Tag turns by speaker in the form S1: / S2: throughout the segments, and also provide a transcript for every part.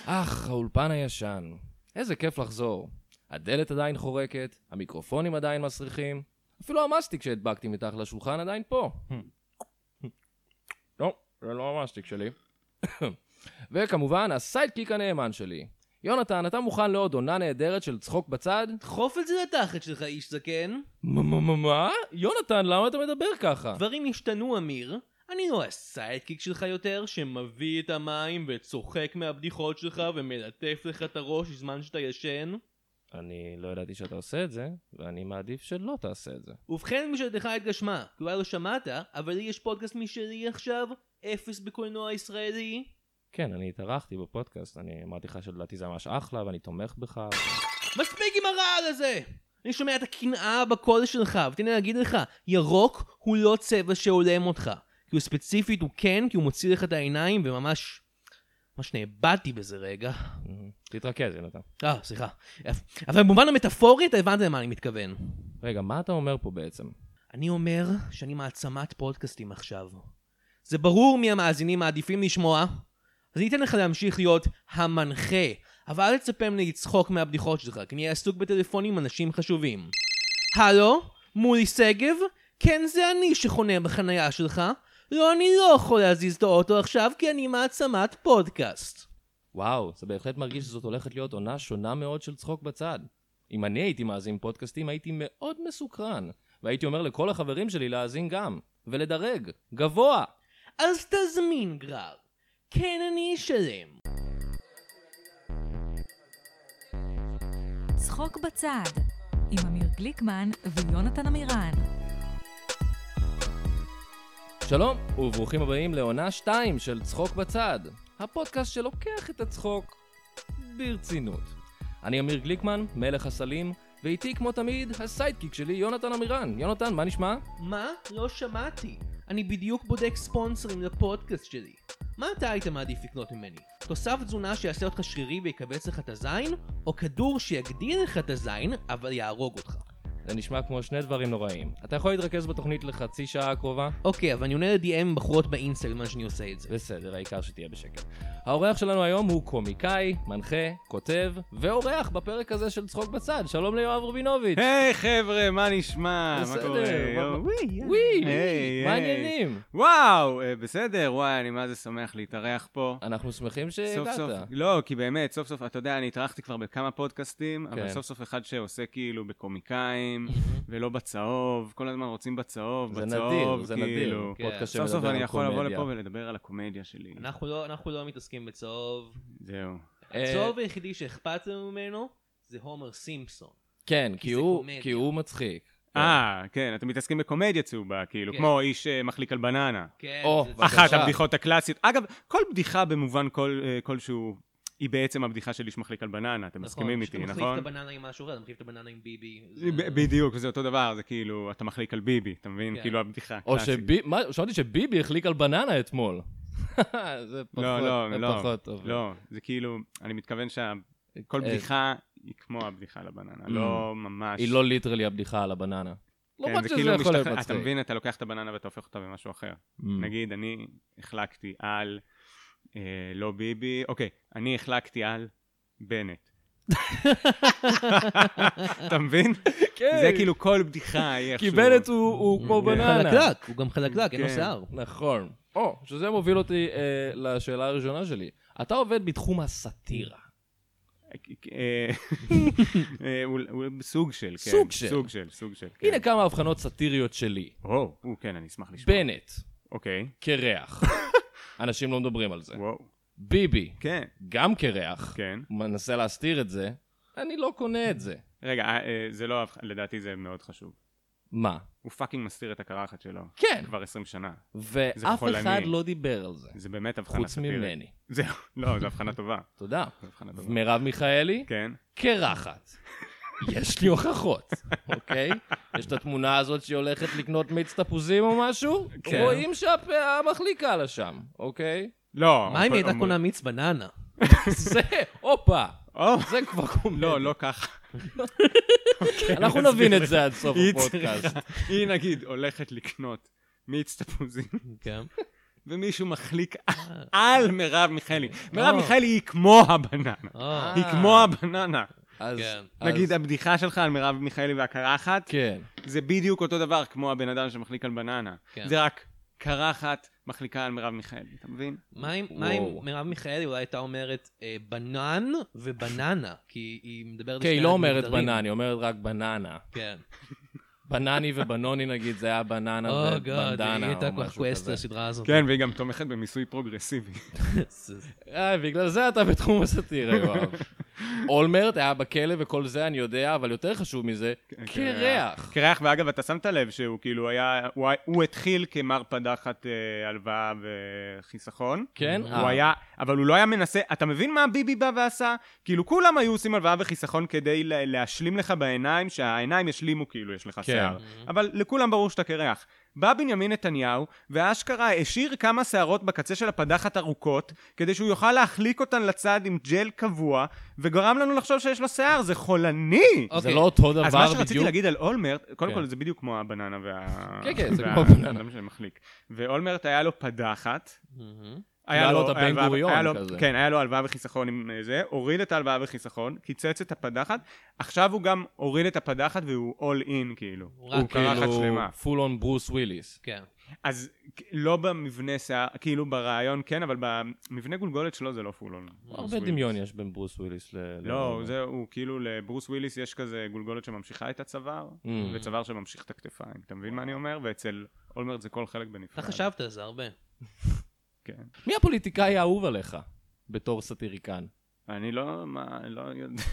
S1: האולפן הישן. איזה כיף לחזור. הדלת עדיין חורקת, המיקרופונים עדיין מסריחים, אפילו המסטיק שהדבקתי מתחת לשולחן עדיין פה. לא, זה לא המסטיק שלי. וכמובן, הסיידקיק הנאמן שלי. יונתן, אתה מוכן לעוד עונה נהדרת של צחוק בצד?
S2: דחוף את זה לתחת שלך, איש זקן.
S1: מה? יונתן, למה אתה מדבר ככה?
S2: דברים השתנו, אמיר. אני לא הסיידקיק שלך יותר, שמביא את המים וצוחק מהבדיחות שלך ומלטף לך את הראש בזמן שאתה ישן.
S1: אני לא ידעתי שאתה עושה את זה, ואני מעדיף שלא תעשה את זה.
S2: ובכן, משלתך התגשמה. אולי לא שמעת, אבל לי יש פודקאסט משלי עכשיו, אפס בקולנוע ישראלי.
S1: כן, אני התארחתי בפודקאסט, אני אמרתי לך שלדעתי זה ממש אחלה, ואני תומך בך.
S2: מספיק עם הרעל הזה! אני שומע את הקנאה בקול שלך, ותן לי להגיד לך, ירוק הוא לא צבע שעולם אותך. כי הוא ספציפית, הוא כן, כי הוא מוציא לך את העיניים, וממש נאבדתי בזה רגע.
S1: תתרכז, יונתן.
S2: סליחה. אבל במובן המטאפורי, אתה הבנת למה אני מתכוון.
S1: רגע, מה אתה אומר פה בעצם?
S2: אני אומר שאני מעצמת פודקאסטים עכשיו. זה ברור מי המאזינים מעדיפים לשמוע, אז אני אתן לך להמשיך להיות המנחה, אבל אל תצפה ממני לצחוק מהבדיחות שלך, כי אני עסוק בטלפונים עם אנשים חשובים. הלו? מולי סגב? כן, זה אני שחונה בחנייה שלך. לא, אני לא יכול להזיז את האוטו עכשיו, כי אני מעצמת פודקאסט.
S1: וואו, זה בהחלט מרגיש שזאת הולכת להיות עונה שונה מאוד של צחוק בצד. אם אני הייתי מאזין פודקאסטים, הייתי מאוד מסוקרן, והייתי אומר לכל החברים שלי להאזין גם, ולדרג, גבוה.
S2: אז תזמין גרר. כן, אני אשלם.
S3: צחוק בצד, עם אמיר גליקמן ויונתן אמירן.
S1: שלום, וברוכים הבאים לעונה 2 של צחוק בצד, הפודקאסט שלוקח את הצחוק ברצינות. אני אמיר גליקמן, מלך הסלים, ואיתי כמו תמיד הסיידקיק שלי יונתן אמירן. יונתן, מה נשמע?
S2: מה? לא שמעתי. אני בדיוק בודק ספונסרים לפודקאסט שלי. מה אתה היית מעדיף לקנות ממני? תוסף תזונה שיעשה אותך שרירי ויקבץ לך את הזין? או כדור שיגדיל לך את הזין אבל יהרוג אותך?
S1: זה נשמע כמו שני דברים נוראים. אתה יכול להתרכז בתוכנית לחצי שעה הקרובה?
S2: אוקיי, אבל אני עונה ל-DM בחורות באינסטגרם מה שאני עושה את זה.
S1: בסדר, העיקר שתהיה בשקט. האורח שלנו היום הוא קומיקאי, מנחה, כותב, ואורח בפרק הזה של צחוק בצד. שלום ליואב רובינוביץ'.
S4: היי חבר'ה, מה נשמע? מה קורה?
S1: וואי, מה העניינים?
S4: וואו, בסדר, וואי, אני מה זה שמח להתארח פה.
S1: אנחנו שמחים
S4: סוף סוף,
S1: שהגעת.
S4: לא, כי באמת, סוף סוף, אתה יודע, אני התארחתי כבר בכמה פודקאסטים, אבל סוף סוף אחד שעושה כאילו בקומיקאים, ולא בצהוב, כל הזמן רוצים בצהוב,
S1: זה
S4: בצהוב,
S1: נדיר, זה נדיר. פודקאסט
S4: סוף סוף
S1: שמדבר
S4: אני
S1: על
S4: יכול לבוא
S1: קומדיה.
S4: לפה ולדבר על הקומדיה שלי.
S2: אנחנו לא מתעסקים בצהוב.
S4: זהו.
S2: הצהוב היחידי שאכפת לנו ממנו זה הומר סימפסון.
S1: כן,
S2: כי זה קומדיה.
S1: כי הוא מצחיק.
S4: כן, אתם מתעסקים בקומדיה צהובה, כאילו,
S2: כן.
S4: כמו איש מחליק על בננה.
S2: כן,
S1: או,
S2: זה-
S1: בבקשה.
S4: אחת הבדיחות הקלאסיות. אגב, כל בדיחה במובן כלשהו, היא בעצם הבדיחה של איש מחליק על בננה, אתם מסכימים איתי,
S2: כשאתה מחליף
S4: נכון?
S2: את הבננה עם משהו אחר, אתה מחליף את הבננה עם ביבי.
S4: בדיוק, זה אותו דבר, זה כאילו, אתה מחליק על ביבי, אתה מבין?
S2: כן.
S4: כאילו הבדיחה
S1: או
S4: הקלאסית.
S1: שמעתי שביבי החליק על בננה אתמול. זה
S4: לא,
S1: פחות טוב.
S4: לא, זה כאילו, אני מתכוון שכל בדיחה היא כמו הבדיחה על הבננה, לא ממש...
S1: היא לא ליטרלי הבדיחה על הבננה.
S4: כן,
S1: למרות
S4: זה
S1: שזה
S4: כאילו
S1: יכול להיות
S4: אתה
S1: מצחיק.
S4: מבין, אתה לוקח את הבננה ואתה הופך אותה במשהו אחר. נגיד, אני החלקתי על לא ביבי, אוקיי, אני החלקתי על בנט. אתה מבין?
S1: כן.
S4: זה כאילו כל בדיחה היא
S1: כי
S4: איכשהו.
S1: בנט הוא כמו בננה.
S2: חלקלק, הוא גם חלקלק, אין לו
S4: כן.
S2: שיער.
S1: נכון. שזה מוביל אותי לשאלה הראשונה שלי. אתה עובד בתחום הסאטירה.
S4: הוא סוג של, כן. סוג של, כן.
S1: הנה כמה הבחנות סאטיריות שלי.
S4: כן, אני אשמח לשמוע.
S1: בנט,
S4: אוקיי,
S1: קרח. אנשים לא מדברים על זה.
S4: וואו.
S1: ביבי,
S4: כן,
S1: גם קרח.
S4: כן.
S1: מנסה להסתיר את זה. אני לא קונה את זה.
S4: רגע, זה לא, לדעתי זה מאוד חשוב.
S1: מה?
S4: הוא פאקינג מסתיר את הקרחת שלו.
S1: כן.
S4: כבר 20 שנה.
S1: ואף
S4: חולני.
S1: אחד לא דיבר על זה.
S4: זה באמת הבחנה
S1: חוץ
S4: סאטירית.
S1: ממני.
S4: זהו, לא, זו הבחנה טובה.
S1: תודה.
S4: זו הבחנה טובה.
S1: מרב מיכאלי,
S4: כן.
S1: קרחת. יש לי הוכחות, אוקיי? יש את התמונה הזאת שהיא הולכת לקנות מיץ תפוזים או משהו,
S4: כן.
S1: רואים שהפאה מחליקה לה שם, אוקיי?
S4: לא.
S2: מה אם היא הייתה
S4: אומר-
S2: קונה מיץ בננה?
S1: זה, הופה,
S4: או,
S1: זה כבר קומדיה.
S4: לא ככה.
S1: אנחנו נבין את זה עד סוף
S4: היא
S1: הפודקאסט.
S4: צריכה- היא נגיד הולכת לקנות מיץ תפוזים.
S2: כן.
S4: ומישהו מחליק על מרב מיכאלי. מרב מיכאלי היא כמו הבננה. היא כמו הבננה. נגיד הבדיחה שלך על מרב מיכאלי והקרחת, זה בדיוק אותו דבר כמו הבן אדם שמחליק על בננה. זה רק קרחת מחליקה על מרב מיכאלי, אתה מבין?
S2: מה עם מרב מיכאלי אולי הייתה אומרת בנן ובננה, כי היא מדברת...
S1: כן, היא לא אומרת בנן, היא אומרת רק בננה.
S2: כן.
S1: בנני ובנוני נגיד, זה היה בננה ובנדנה
S2: היא הייתה כל כך כועסת הסדרה הזאת.
S4: כן, והיא גם תומכת במיסוי פרוגרסיבי.
S1: בגלל זה אתה בתחום הסאטירה, יואב. אולמרט היה בכלא וכל זה, אני יודע, אבל יותר חשוב מזה, קרח.
S4: קרח, ואגב, אתה שמת לב שהוא כאילו היה, הוא התחיל כמר פדחת הלוואה וחיסכון.
S1: כן?
S4: הוא היה, אבל הוא לא היה מנסה, אתה מבין מה ביבי בא ועשה? כאילו כולם היו עושים הלוואה וחיסכון כדי להשלים לך בעיניים, שהעיניים ישלימו כאילו יש לך שיער. אבל לכולם ברור שאתה קרח. בא בנימין נתניהו, והאשכרה השאיר כמה שערות בקצה של הפדחת ארוכות, כדי שהוא יוכל להחליק אותן לצד עם ג'ל קבוע, וגרם לנו לחשוב שיש לו שיער, זה חולני!
S1: זה לא אותו דבר בדיוק.
S4: אז מה שרציתי להגיד על אולמרט, קודם כל זה בדיוק כמו הבננה
S1: כן, זה כמו הבננה.
S4: ואולמרט היה לו פדחת,
S1: היה לו את הבן גוריון כזה.
S4: כן, היה לו הלוואה וחיסכון עם זה, הוריד את ההלוואה וחיסכון, קיצץ את הפדחת, עכשיו הוא גם הוריד את הפדחת והוא all in כאילו. הוא קרחת שלמה.
S1: full on ברוס וויליס.
S2: כן.
S4: אז לא במבנה שיער, כאילו ברעיון כן, אבל במבנה גולגולת שלו זה לא full on.
S1: הרבה דמיון יש בין ברוס וויליס
S4: לא, זהו, כאילו לברוס וויליס יש כזה גולגולת שממשיכה את הצוואר, וצוואר שממשיך את הכתפיים. אתה מבין מה אני אומר? ואצל אולמרט זה כל חלק בנפרד.
S2: אתה חשבת על זה הרבה.
S4: כן.
S1: מי הפוליטיקאי האהוב עליך בתור סאטיריקן?
S4: אני לא יודע.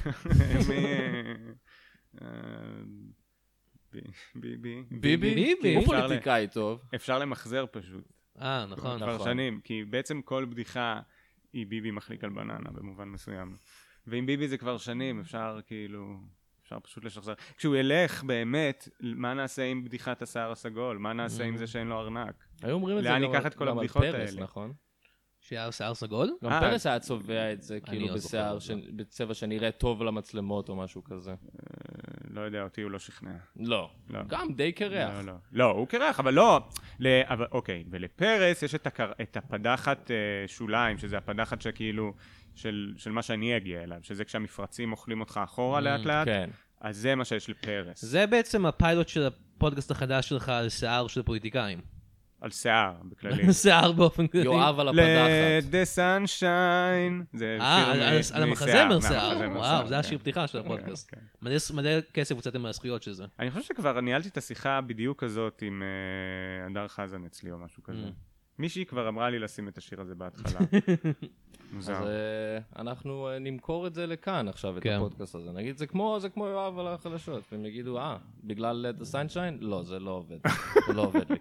S1: ביבי? הוא פוליטיקאי טוב.
S4: אפשר למחזר פשוט.
S2: נכון.
S4: כבר שנים, כי בעצם כל בדיחה היא ביבי מחליק על בננה במובן מסוים. ועם ביבי זה כבר שנים, אפשר פשוט לשחזר. כשהוא ילך באמת, מה נעשה עם בדיחת השיער הסגול? מה נעשה עם זה שאין לו ארנק?
S1: היו אומרים את זה גם על פרס, נכון?
S2: שיער שיער סגול?
S1: גם פרס היה צובע את זה, כאילו בצבע שנראה טוב למצלמות או משהו כזה.
S4: לא יודע, אותי הוא לא שכנע.
S1: לא. גם די קרח.
S4: לא, הוא קרח, אבל לא. אוקיי, ולפרס יש את הפדחת שוליים, שזה הפדחת שכאילו, של מה שאני אגיע אליו, שזה כשהמפרצים אוכלים אותך אחורה לאט לאט. כן. אז זה מה שיש לפרס.
S2: זה בעצם הפיילוט של הפודקאסט החדש שלך על שיער של פוליטיקאים.
S4: על שיער, בכללי.
S2: שיער באופן כללי.
S1: יואב על הפדחת.
S4: Let the sunshine. זה שיר
S2: על המחזמר שיער. וואו, זה השיר פתיחה של הפודקאסט. מלא כסף הוצאתם מהזכויות של זה.
S4: אני חושב שכבר ניהלתי את השיחה בדיוק הזאת עם אדר חזן אצלי או משהו כזה. מישהי כבר אמרה לי לשים את השיר הזה בהתחלה.
S1: אז אנחנו נמכור את זה לכאן עכשיו, את הפודקאסט הזה. נגיד, זה כמו יואב על החדשות. והם יגידו, בגלל Let the sunshine? לא, זה לא עובד. זה לא עובד לי.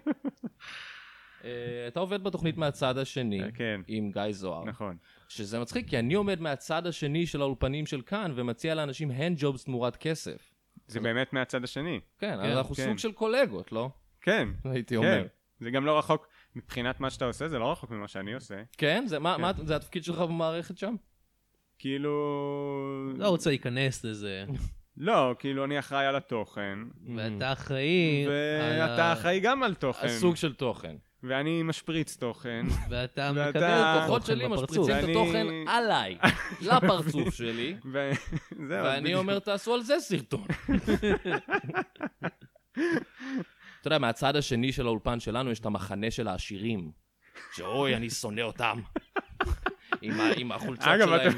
S1: אתה עובד בתוכנית מהצד השני, עם גיא זוהר.
S4: נכון.
S1: שזה מצחיק, כי אני עומד מהצד השני של האולפנים של כאן, ומציע לאנשים hand jobs תמורת כסף.
S4: זה באמת מהצד השני.
S1: כן, אנחנו סוג של קולגות, לא?
S4: כן.
S1: הייתי אומר.
S4: זה גם לא רחוק, מבחינת מה שאתה עושה, זה לא רחוק ממה שאני עושה.
S1: כן? זה התפקיד שלך במערכת שם?
S4: כאילו...
S2: לא רוצה להיכנס לזה.
S4: לא, כאילו אני אחראי על התוכן.
S2: ואתה אחראי...
S4: ואתה אחראי גם על תוכן.
S1: הסוג של תוכן.
S4: ואני משפריץ תוכן.
S2: ואתה מקבל
S1: כוחות שלי משפריצים את התוכן עליי, לפרצוף שלי. ואני אומר, תעשו על זה סרטון. אתה יודע, מהצד השני של האולפן שלנו יש את המחנה של העשירים. שאוי, אני שונא אותם. עם החולצות שלהם.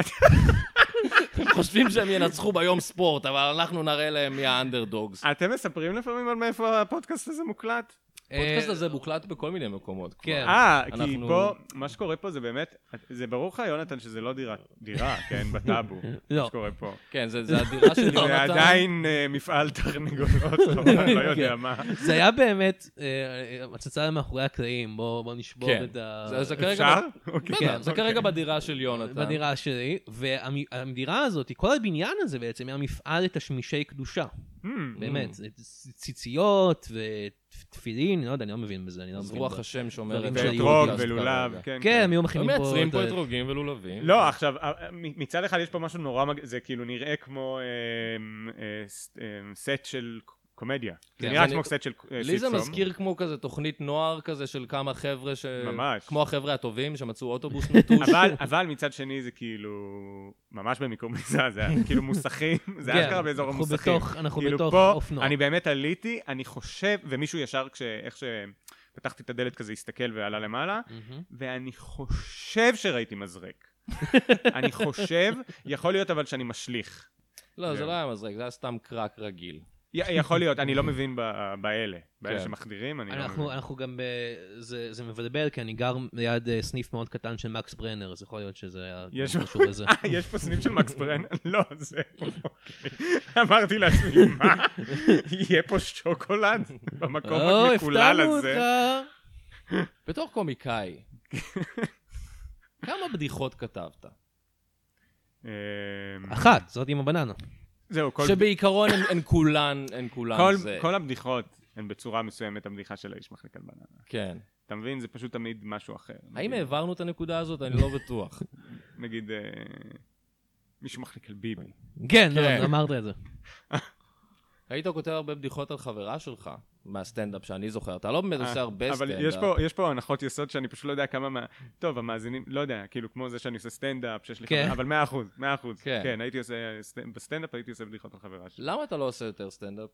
S1: הם חושבים שהם ינצחו ביום ספורט, אבל אנחנו נראה להם מי האנדרדוגס.
S4: אתם מספרים לפעמים על מאיפה הפודקאסט הזה מוקלט?
S1: הפודקאסט הזה מוקלט בכל מיני מקומות.
S2: כן.
S4: כי פה, מה שקורה פה זה באמת, זה ברור לך, יונתן, שזה לא דירה, כן, בטאבו. מה שקורה פה.
S1: כן, זה הדירה של יונתן.
S4: זה עדיין מפעל תרנגולות, לא יודע מה.
S2: זה היה באמת, הצצה מאחורי הקלעים, בוא נשבור את ה...
S4: אפשר?
S2: זה
S1: כרגע בדירה של יונתן.
S2: בדירה שלי, והדירה הזאת, כל הבניין הזה בעצם היה מפעל לתשמישי קדושה. באמת, ציציות ותפילין, לא יודע, אני לא מבין בזה.
S1: אז רוח השם שאומרת...
S4: ואתרוג ולולב, כן.
S2: כן, הם היו מכינים פה...
S1: הם מייצרים פה אתרוגים ולולבים.
S4: לא, עכשיו, מצד אחד יש פה משהו נורא, זה כאילו נראה כמו סט של קומדיה. זה
S2: כן,
S4: נראה
S1: אני-
S4: כמו קצת של
S1: לי זה
S4: סיטקום.
S1: מזכיר כמו כזה תוכנית נוער כזה של כמה חבר'ה
S4: ממש.
S1: כמו החבר'ה הטובים שמצאו אוטובוס נטוש.
S4: אבל מצד שני זה כאילו, ממש במיקום מזה, זה כאילו מוסכים, זה
S2: כן,
S4: אשכרה באזור
S2: אנחנו
S4: המוסכים.
S2: אנחנו
S4: כאילו
S2: בתוך
S4: פה,
S2: אופנוע.
S4: אני באמת עליתי, אני חושב, ומישהו ישר איך שפתחתי את הדלת כזה הסתכל ועלה למעלה, ואני חושב שראיתי מזרק. אני חושב, יכול להיות אבל שאני משליך.
S1: לא, זה לא היה מזרק, זה היה סתם קרק רגיל.
S4: יכול להיות, אני לא מבין באלה
S1: כן.
S4: שמחדירים, אני לא מבין.
S2: אנחנו גם, זה מבלבל, כי אני גר ליד סניף מאוד קטן של מקס ברנר, אז יכול להיות שזה היה קשור לזה.
S4: יש פה סניף של מקס ברנר? לא, זה... אוקיי. אמרתי לעצמי, מה? יהיה פה שוקולד במקום המקולל
S2: הפתענו
S4: הזה?
S2: אותך.
S1: בתור קומיקאי, כמה בדיחות כתבת?
S2: אחת, זאת עם הבננה.
S4: זהו,
S1: שבעיקרון הן כולן זה.
S4: כל הבדיחות הן בצורה מסוימת הבדיחה של האיש מחליק על בננה.
S1: כן.
S4: אתה מבין? זה פשוט תמיד משהו אחר.
S1: האם העברנו את הנקודה הזאת? אני לא בטוח.
S4: נגיד, מישהו מחליק על ביבי.
S2: כן,
S1: כן.
S2: אמרת את זה.
S1: היית כותב הרבה בדיחות על חברה שלך מהסטנדאפ שאני זוכר. אתה לא באמת עושה הרבה
S4: אבל
S1: סטנדאפ.
S4: יש פה הנחות יסוד שאני פשוט לא יודע כמה טוב, המאזינים, לא יודע, כאילו כמו זה שאני עושה סטנדאפ, שיש לי
S2: כן.
S4: חברה, אבל 100%.
S1: כן.
S4: כן, הייתי עושה, בסטנדאפ הייתי עושה בדיחות על חברה שלי.
S1: למה אתה לא עושה יותר סטנדאפ?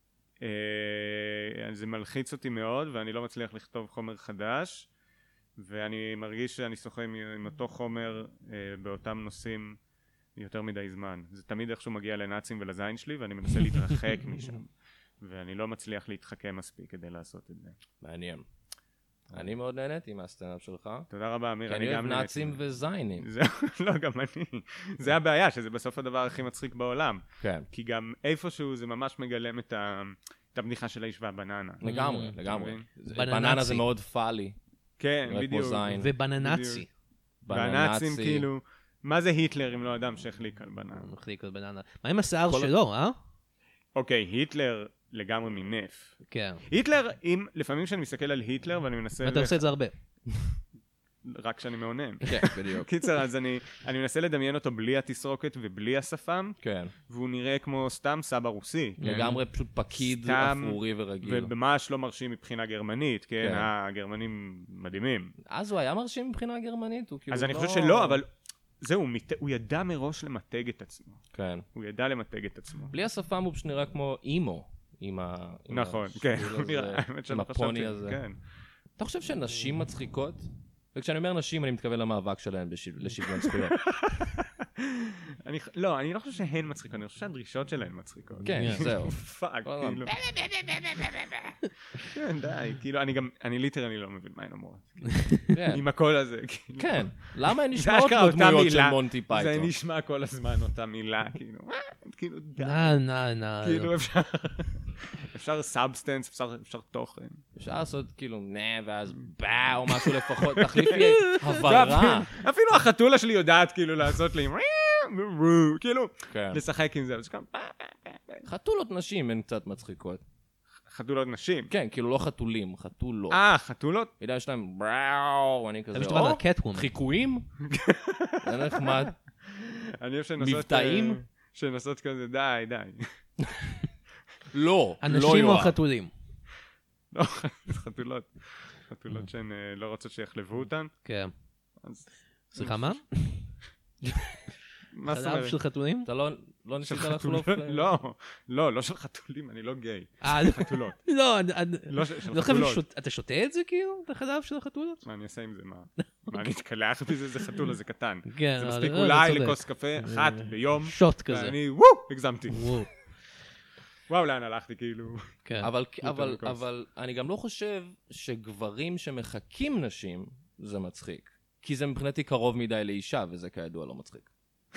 S4: זה מלחיץ אותי מאוד, ואני לא מצליח לכתוב חומר חדש, ואני מרגיש שאני שוחה עם אותו חומר באותם נושאים יותר מדי זמן. זה תמיד איכשהו מגיע לנאצים ולזין שלי, ואני מנסה להתרחק משם. ואני לא מצליח להתחכם מספיק כדי לעשות את זה.
S1: מעניין. אני מאוד נהניתי מהסטנדאפ שלך.
S4: תודה רבה, אמיר,
S1: כי
S4: אני
S1: אני
S4: גם
S1: אוהב נאצים וזיינים.
S4: לא, גם אני. זה הבעיה, שזה בסוף הדבר הכי מצחיק בעולם.
S1: כן.
S4: כי גם איפשהו זה ממש מגלם את הבדיחה של האיש והבננה.
S1: לגמרי.
S4: מבין?
S1: בננה זה מאוד פאלי.
S4: כן,
S1: כמו
S4: בדיוק.
S1: זין.
S2: ובננאצי.
S4: והנאצים כאילו, מה זה היטלר אם לא אדם שהחליק על בננה?
S2: מחליק על בננה. מה עם השיער שלו,
S4: אוקיי, היטלר לגמרי מינף.
S2: כן.
S4: היטלר, לפעמים כשאני מסתכל על היטלר ואני מנסה...
S2: ואתה עושה את זה הרבה.
S4: רק כשאני מעונן.
S1: כן, בדיוק.
S4: קיצר, אז אני מנסה לדמיין אותו בלי התסרוקת ובלי השפם,
S1: כן.
S4: והוא נראה כמו סתם סבא רוסי.
S1: לגמרי פשוט פקיד
S4: סתם,
S1: אפרורי ורגיל.
S4: וממש לא מרשים מבחינה גרמנית, כן?
S1: כן.
S4: הגרמנים מדהימים.
S1: אז הוא היה מרשים מבחינה גרמנית? הוא כאילו
S4: אז אני
S1: לא-
S4: חושב שלא, אבל זהו, הוא ידע מראש למתג את עצמו.
S1: כן.
S4: הוא ידע למתג את עצמו.
S1: בלי השפם הוא פשוט נראה כמו אימו. עם
S4: נכון, כן.
S1: השביל הזה,
S4: האמת
S1: עם
S4: שלא
S1: הפוני
S4: חשבתי,
S1: הזה.
S4: כן.
S1: אתה חושב שנשים מצחיקות? וכשאני אומר נשים, אני מתכוון למאבק שלהן לשוויון זכויות.
S4: לא, אני לא חושב שהן מצחיקות, אני חושב שהדרישות שלהן מצחיקות.
S1: כן, זהו.
S4: פאק,
S1: כל
S4: כאילו. כן, די, כאילו, אני ליטרלי לא מבין מה הן אומרות.
S1: כן.
S4: עם הקול הזה, כאילו.
S1: כן. למה הן
S4: זה
S1: נשמעות
S4: אשכרה
S1: כמו
S4: אותה
S1: דמויות של
S4: מילה.
S1: מונטי
S4: זה
S1: פייתון?
S4: נשמע כל הזמן אותה מילה, כאילו, די.
S2: נה.
S4: כאילו אפשר סאבסטנס, אפשר תוכן.
S1: אפשר לעשות כאילו נה ואז בא או משהו לפחות, תחליפי הברה.
S4: אפילו החתולה שלי יודעת כאילו לעשות לי כאילו
S1: כן.
S4: לשחק עם זה.
S1: חתולות נשים הן קצת מצחיקות.
S4: חתולות נשים.
S1: כן, כאילו לא חתולים, חתולות.
S4: חתולות?
S1: אתה יודע, יש להם בראו, אני כזה,
S2: אתה משתמש על קטוומן.
S1: חיקויים? זה נחמד.
S4: אני אוהב שנסות...
S1: מבטאים?
S4: שנסות כזה, די.
S1: לא, לא
S2: אנשים או
S1: יואב.
S2: חתולים?
S4: לא, חתולות. חתולות שהן לא רוצות שיחלבו אותן.
S2: כן.
S4: אז...
S2: סליחה, מה?
S4: מה זאת
S2: חלב
S4: אומרת?
S2: של חתולים?
S1: אתה לא
S4: של
S1: ניסית
S4: חתולות?
S1: לחלוף?
S4: לא של חתולים, אני לא גיי. חתולות.
S2: לא,
S4: לא של
S2: לא חייב
S4: חתולות.
S2: אתה שותה את זה כאילו? את החלב של החתולות?
S4: מה אני אעשה עם זה? מה אני אתקלח בזה? זה חתול, זה קטן.
S2: כן.
S4: זה מספיק
S2: לא,
S4: אולי
S2: צודק.
S4: לכוס קפה אחת ביום.
S2: שוט כזה.
S4: ואני, הגזמתי.
S2: וואו.
S4: וואו, לאן הלכתי, כאילו.
S2: כן.
S1: אבל אני גם לא חושב שגברים שמחכים נשים זה מצחיק. כי זה מבחינתי קרוב מדי לאישה, וזה כידוע לא מצחיק.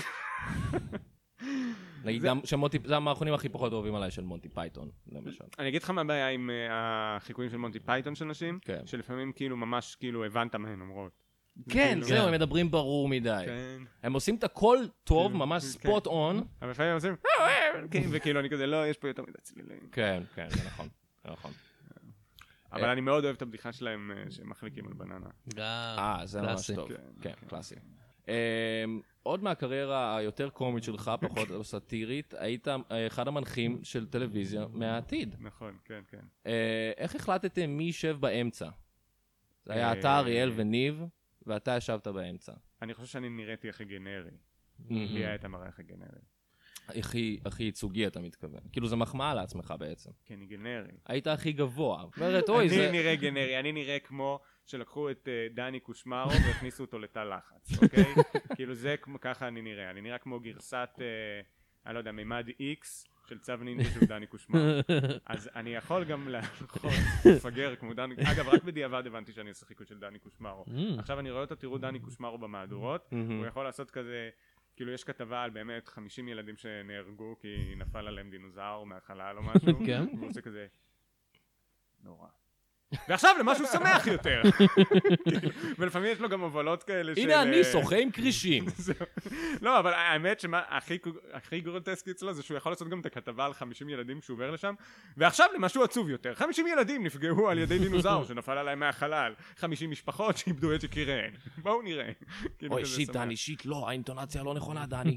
S1: נגיד גם זה המערכונים הכי פחות אוהבים עליי של מונטי פייתון, למשל.
S4: אני אגיד לך מה הבעיה עם החיקויים של מונטי פייתון של נשים,
S1: כן.
S4: שלפעמים כאילו ממש כאילו הבנת מה הן אומרות.
S1: כן,
S4: כאילו-
S1: זהו, הם מדברים ברור מדי.
S4: כן.
S1: הם עושים את הכל טוב,
S4: כן,
S1: ממש
S4: כן.
S1: ספוט און.
S4: אבל לפעמים הם עושים, כן, וכאילו אני כזה, לא, יש פה יותר מדי צלילים.
S1: כן, זה נכון. זה נכון.
S4: אבל אני מאוד אוהב את הבדיחה שלהם שהם מחליקים על בננה.
S1: זה ממש
S2: קלאסי.
S1: טוב.
S4: כן,
S1: כן, קלאסי. עוד מהקריירה היותר קומית שלך, פחות סאטירית, היית אחד המנחים של טלוויזיה מהעתיד.
S4: נכון, כן, כן.
S1: איך החלטתם מי יישב באמצע? זה היה אתה, אריאל וניב, ואתה ישבת באמצע.
S4: אני חושב שאני נראיתי הכי גנרי. לי היה את המראה הכי גנרי.
S1: הכי ייצוגי אתה מתכוון. כאילו זה מחמאה לעצמך בעצם.
S4: כי אני גנרי.
S1: היית הכי גבוה. אומרת, אוי, זה...
S4: אני נראה גנרי, אני נראה כמו שלקחו את דני קושמרו והכניסו אותו לתא לחץ, אוקיי? כאילו זה ככה אני נראה. אני נראה כמו גרסת, אני לא יודע, מימד X של צו נינג'ה של דני קושמרו. אז אני יכול גם לפגר כמו דני... אגב, רק בדיעבד הבנתי שאני אעשה חיקוי של דני קושמרו. עכשיו אני רואה אותו, תראו דני קושמרו במהדורות, הוא יכול לעשות כזה... כאילו יש כתבה על באמת 50 ילדים שנהרגו כי נפל עליהם דינוזאור מהחלל או משהו.
S2: כן.
S4: והוא עושה כזה... נורא. ועכשיו למשהו שמח יותר. ולפעמים יש לו גם הובלות כאלה של...
S1: הנה אני שוחה עם קרישים.
S4: לא, אבל האמת שמה הכי גרוטסקי אצלו זה שהוא יכול לעשות גם את הכתבה על 50 ילדים כשהוא עובר לשם, ועכשיו למשהו עצוב יותר. 50 ילדים נפגעו על ידי דינוזאור שנפל עליהם מהחלל. 50 משפחות שאיבדו את יקיריהן. בואו נראה.
S1: אוי, שיט, דני, שיט, לא, האינטונציה לא נכונה, דני.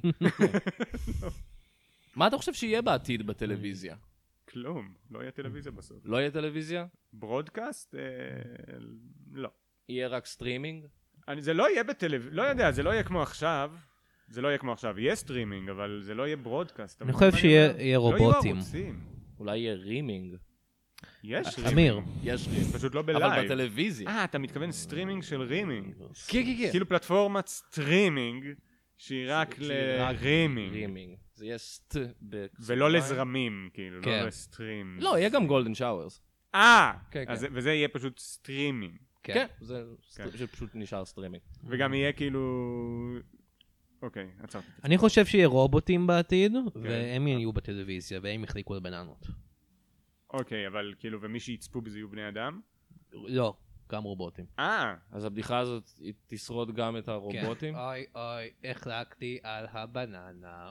S1: מה אתה חושב שיהיה בעתיד בטלוויזיה?
S4: כלום, לא יהיה טלוויזיה בסוף.
S1: לא יהיה טלוויזיה?
S4: ברודקאסט? לא.
S1: יהיה רק סטרימינג?
S4: זה לא יהיה בטלוויזיה, לא יודע, זה לא יהיה כמו עכשיו. זה לא יהיה כמו עכשיו, יהיה סטרימינג, אבל זה לא יהיה ברודקאסט.
S2: אני חושב שיהיה רובוטים.
S4: לא יהיו ערוצים.
S1: אולי יהיה רימינג.
S4: יש
S2: אמיר.
S4: רימינג.
S1: יש רימינג.
S4: פשוט לא בלייב.
S1: אבל בטלוויזיה.
S4: אתה מתכוון סטרימינג של רימינג.
S1: כן, כן, כן.
S4: כאילו פלטפורמת סטרימינג, שהיא רק לרימינג.
S1: רימינג. זה יהיה סט...
S4: ולא לזרמים, כאילו, לא לסטרים.
S1: לא, יהיה גם גולדן שאוורס.
S4: וזה יהיה פשוט סטרימינג.
S1: כן, זה פשוט נשאר סטרימינג.
S4: וגם יהיה כאילו... אוקיי, עצרתי.
S2: אני חושב שיהיה רובוטים בעתיד, והם יהיו בטלוויזיה, והם יחליקו לבננות.
S4: אוקיי, אבל כאילו, ומי שיצפו בזה יהיו בני אדם?
S2: לא, גם רובוטים.
S1: אז הבדיחה הזאת תשרוד גם את הרובוטים?
S2: אוי אוי, החלקתי על הבננה.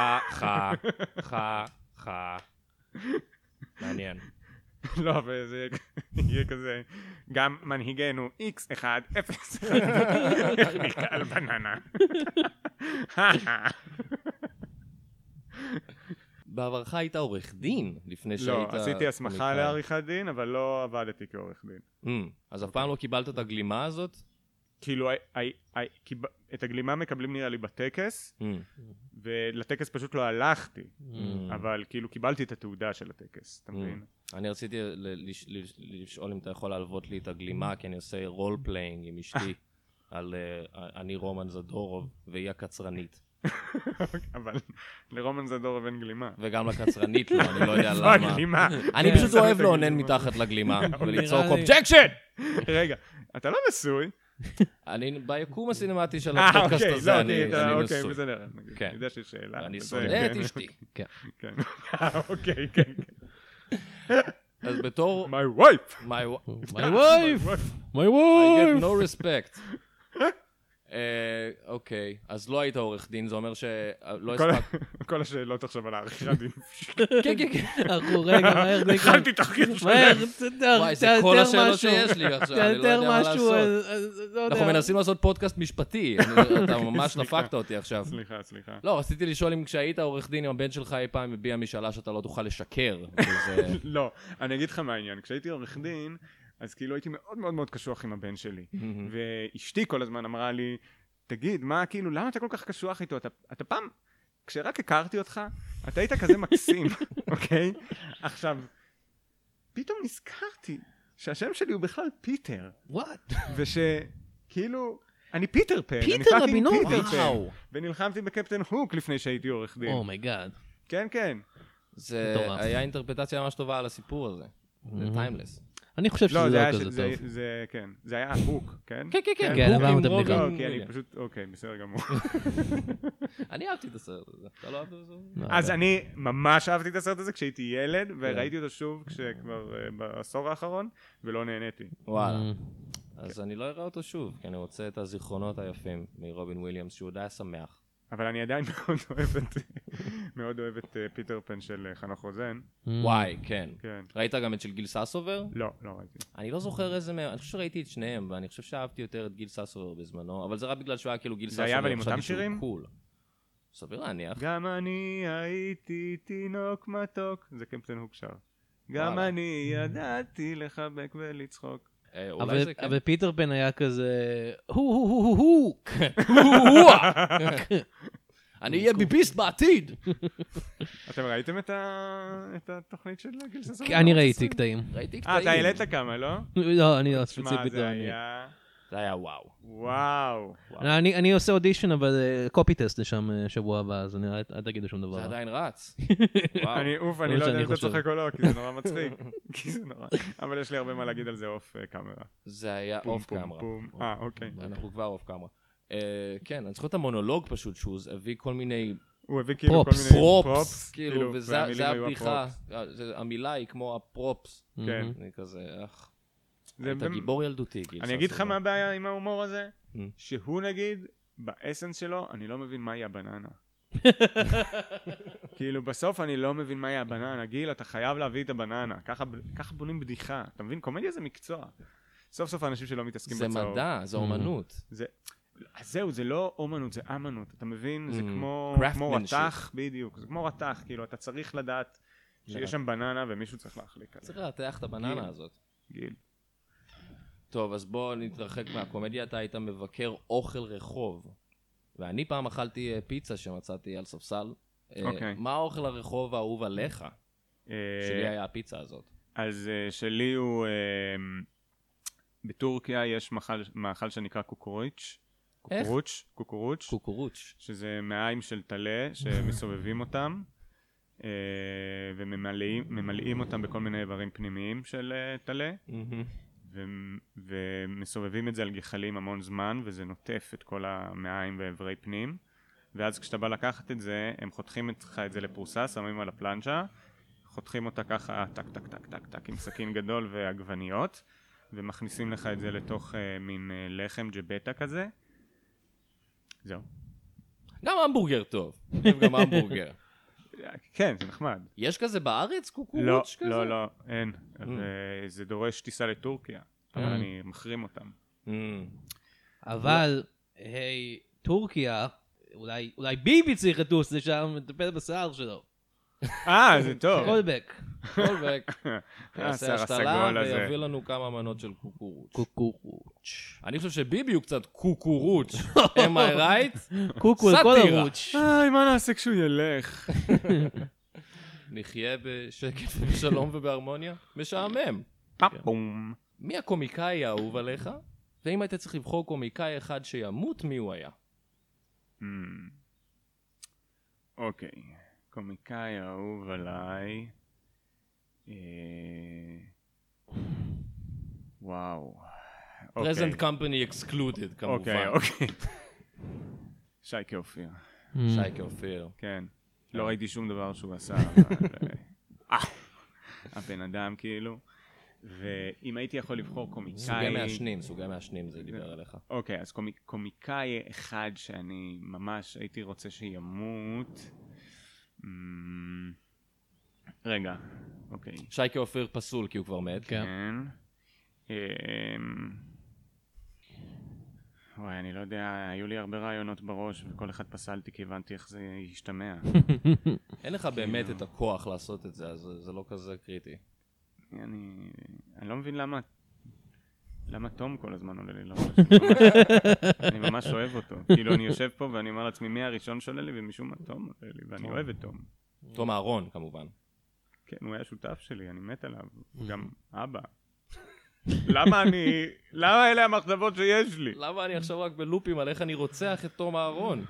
S1: חה. מעניין.
S4: לא, וזה יהיה כזה, גם מנהיגנו X1, 0, החליקה על בננה.
S1: בעברך היית עורך דין לפני שהיית...
S4: לא, עשיתי הסמכה לעריכת דין, אבל לא עבדתי כעורך דין.
S1: אז אף פעם לא קיבלת את הגלימה הזאת?
S4: כאילו, את הגלימה מקבלים נראה לי בטקס, ולטקס פשוט לא הלכתי, אבל כאילו קיבלתי את התעודה של הטקס, אתה מבין?
S1: אני רציתי לשאול אם אתה יכול להלוות לי את הגלימה, כי אני עושה רול פליינג עם אשתי, על אני רומן זדורוב, והיא הקצרנית.
S4: אבל לרומן זדורוב אין גלימה.
S1: וגם לקצרנית לא, אני לא יודע
S4: איפה
S1: למה.
S4: הגלימה?
S1: אני פשוט אוהב לאונן מתחת לגלימה, וליצור אובג'קשן!
S4: רגע, אתה לא נשוי?
S1: אני ביקום הסינמטי של הפודקאסט הזה, אני נשוי.
S4: אוקיי, בסדר. אני יודע שיש שאלה.
S1: אני שונא את אשתי.
S4: כן. אוקיי, כן.
S1: אז בתור...
S4: My wife!
S1: My
S2: wife!
S1: I get no respect. אוקיי, אז לא היית עורך דין, זה אומר שלא הספק...
S4: כל השאלות עכשיו על העריכת דין.
S1: כן, כן, כן.
S2: אנחנו רגע, מהר,
S4: התחלתי תחקיר שלם.
S1: וואי, זה כל השאלות שיש לי עכשיו, אני לא יודע מה לעשות. אנחנו מנסים לעשות פודקאסט משפטי, אתה ממש דפקת אותי עכשיו.
S4: סליחה.
S1: לא, רציתי לשאול אם כשהיית עורך דין, אם הבן שלך אי פעם הביע משאלה שאתה לא תוכל לשקר.
S4: לא, אני אגיד לך מה העניין, כשהייתי עורך דין, אז כאילו הייתי מאוד מאוד מאוד קשוח עם הבן שלי. ואשתי כל הזמן אמרה לי, תגיד, מה כאילו, למה אתה כל כך קשוח איתו? אתה פעם, כשרק הכרתי אותך, אתה היית כזה מקסים, אוקיי? עכשיו, פתאום נזכרתי שהשם שלי הוא בכלל פיטר.
S2: What?
S4: ושכאילו, אני פיטר פן.
S2: פיטר רבינוביץ'.
S4: וואו. ונלחמתי בקפטן הוק לפני שהייתי עורך דין.
S2: אומייגאד.
S4: כן, כן.
S1: זה היה אינטרפטציה ממש טובה על הסיפור הזה. זה טיימלס.
S2: אני חושב שזה לא כזה טוב.
S4: זה, כן. זה היה הוק, כן?
S1: כן, כן, כן.
S2: כן, אבל אתה בדיחה.
S4: אוקיי, אני פשוט, אוקיי, בסדר גמור.
S1: אני אהבתי את הסרט הזה. אתה לא אהבת את זה?
S4: אז אני ממש אהבתי את הסרט הזה כשהייתי ילד, וראיתי אותו שוב כשכבר בעשור האחרון, ולא נהניתי.
S1: וואלה. אז אני לא אראה אותו שוב, כי אני רוצה את הזיכרונות היפים מרובין וויליאמס, שהוא די שמח.
S4: אבל אני עדיין מאוד אוהב את פיטר פן של חנוך רוזן.
S1: וואי, כן.
S4: כן.
S1: ראית גם את של גיל ססובר?
S4: לא ראיתי.
S1: אני לא זוכר איזה מהם, אני חושב שראיתי את שניהם, ואני חושב שאהבתי יותר את גיל ססובר בזמנו, אבל זה רק בגלל שהוא היה כאילו גיל ססובר.
S4: זה היה אבל עם אותם
S1: חשבתי שהוא
S4: שירים?
S1: קול. סביר להניח.
S4: גם אני הייתי תינוק מתוק. זה קפטן הוק שר. גם
S1: וואלה.
S4: אני ידעתי לחבק ולצחוק.
S1: אולי זה כן.
S2: אבל פיטר פן היה כזה... הו.
S1: אני אהיה ביביסט בעתיד.
S4: אתם ראיתם את התוכנית של גיל ססובר?
S2: אני ראיתי קטעים.
S1: ראיתי קטעים.
S4: אתה העלית כמה, לא?
S2: לא, אני לא
S4: שמע,
S2: ספציפית.
S4: זה היה...
S1: זה היה וואו.
S4: וואו.
S2: אני עושה אודישן, אבל קופי טסט לשם שבוע הבא, אז אל תגידו שום דבר.
S1: זה עדיין רץ.
S4: אני לא יודע
S2: שאני
S4: אם אתה
S2: חושב.
S4: צוחק או לא, כי זה נורא מצחיק. כי זה נורא. אבל יש לי הרבה מה להגיד על זה אוף קאמרה.
S1: זה היה אוף קאמרה.
S4: אוקיי.
S1: אנחנו כבר אוף קאמרה. כן, אני זוכר את המונולוג פשוט, שהוא הביא כל מיני
S4: הוא הביא כאילו כל מיני
S1: פרופס, כאילו, וזה
S4: והמילים היו
S1: הבדיחה.
S4: הפרופס.
S1: המילה היא כמו הפרופס.
S4: כן.
S1: אני כזה,
S4: זה
S1: אתה גיבור ילדותי, גיל.
S4: אני אגיד לך מה הבעיה עם ההומור הזה?
S1: Mm.
S4: שהוא נגיד, באסנס שלו, אני לא מבין מהי הבננה. כאילו בסוף אני לא מבין מהי הבננה. גיל, אתה חייב להביא את הבננה. ככה בונים בדיחה. אתה מבין? קומדיה זה מקצוע. סוף סוף האנשים שלא מתעסקים
S1: זה
S4: בצהוב.
S1: מדע, זה אומנות.
S4: זהו, זה לא אומנות, זה אמנות. אתה מבין? זה כמו
S1: Craftsmanship.
S4: רתח, בדיוק. זה כמו רתח, כאילו, אתה צריך לדעת שיש שם בננה ומישהו צריך להחליק עליה.
S1: צריך להתח את הבננה הזאת.
S4: גיל.
S1: טוב, אז בוא נתרחק מהקומדיה. אתה היית מבקר אוכל רחוב. ואני פעם אכלתי פיצה שמצאתי על ספסל.
S4: אוקיי.
S1: מה האוכל הרחוב האהוב עליך? שלי היה הפיצה הזאת.
S4: אז שלי הוא... בטורקיה יש מאכל שנקרא קוקורוץ'.
S1: איך?
S4: קוקורוץ'.
S1: קוקורוץ'.
S4: שזה מעיים של טלה שמסובבים אותם. וממלאים אותם בכל מיני איברים פנימיים של טלה. ומסובבים את זה על גחלים המון זמן, וזה נוטף את כל המעיים ואיברי פנים. ואז כשאתה בא לקחת את זה, הם חותכים את זה לפרוסה, שמים על הפלנצ'ה, חותכים אותה ככה, טק, טק, טק, טק, טק, עם סכין גדול ועגבניות, ומכניסים לך את זה לתוך מין לחם ג'בטה כזה. זהו.
S1: גם המבורגר טוב. גם המבורגר.
S4: כן, זה נחמד.
S1: יש כזה בארץ קוקורוץ' כזה?
S4: לא, אין. זה דורש טיסה לטורקיה, אבל אני מחרים אותם.
S2: אבל, היי, טורקיה, אולי ביבי צריך לטוס לשם לטפל בשיער שלו.
S4: זה טוב.
S2: קולבק.
S1: קולבק. יעשה השתלה
S4: הזה.
S1: ויביא לנו כמה מנות של קוקורוץ'.
S2: קוקורוץ'.
S1: אני חושב שביבי הוא קצת קוקורוץ'. am I right?
S2: קוקו על כל ערוץ.
S4: מה נעשה כשהוא ילך?
S1: נחיה בשקט ובשלום ובהרמוניה? משעמם.
S4: פאפום.
S1: מי הקומיקאי האהוב עליך? ואם היית צריך לבחור קומיקאי אחד שימות, מי הוא היה?
S4: אוקיי. קומיקאי האהוב עליי. וואו.
S1: present company excluded, כמובן.
S4: אוקיי. שייקה אופיר.
S1: שייקה אופיר.
S4: כן. לא ראיתי שום דבר שהוא עשה, אבל... הבן אדם כאילו. ואם הייתי יכול לבחור קומיקאי...
S1: סוגי מעשנים זה דיבר עליך.
S4: אוקיי, אז קומיקאי אחד שאני ממש הייתי רוצה שימות... רגע, אוקיי.
S1: שייקה אופיר פסול כי הוא כבר מת.
S4: כן. וואי, אני לא יודע, היו לי הרבה רעיונות בראש, וכל אחד פסלתי כי הבנתי איך זה ישתמע.
S1: אין לך באמת את הכוח לעשות את זה, אז זה לא כזה קריטי.
S4: אני לא מבין למה תום כל הזמן עולה לי לראש. אני ממש אוהב אותו. כאילו אני יושב פה ואני אומר לעצמי מי הראשון שעולה לי ומשום מה תום עולה לי, ואני אוהב את תום.
S1: תום אהרון כמובן.
S4: כן, הוא היה שותף שלי, אני מת עליו. הוא גם אבא. למה אלה המחשבות שיש לי?
S1: למה אני עכשיו רק בלופים על איך אני רוצח את תום אהרון?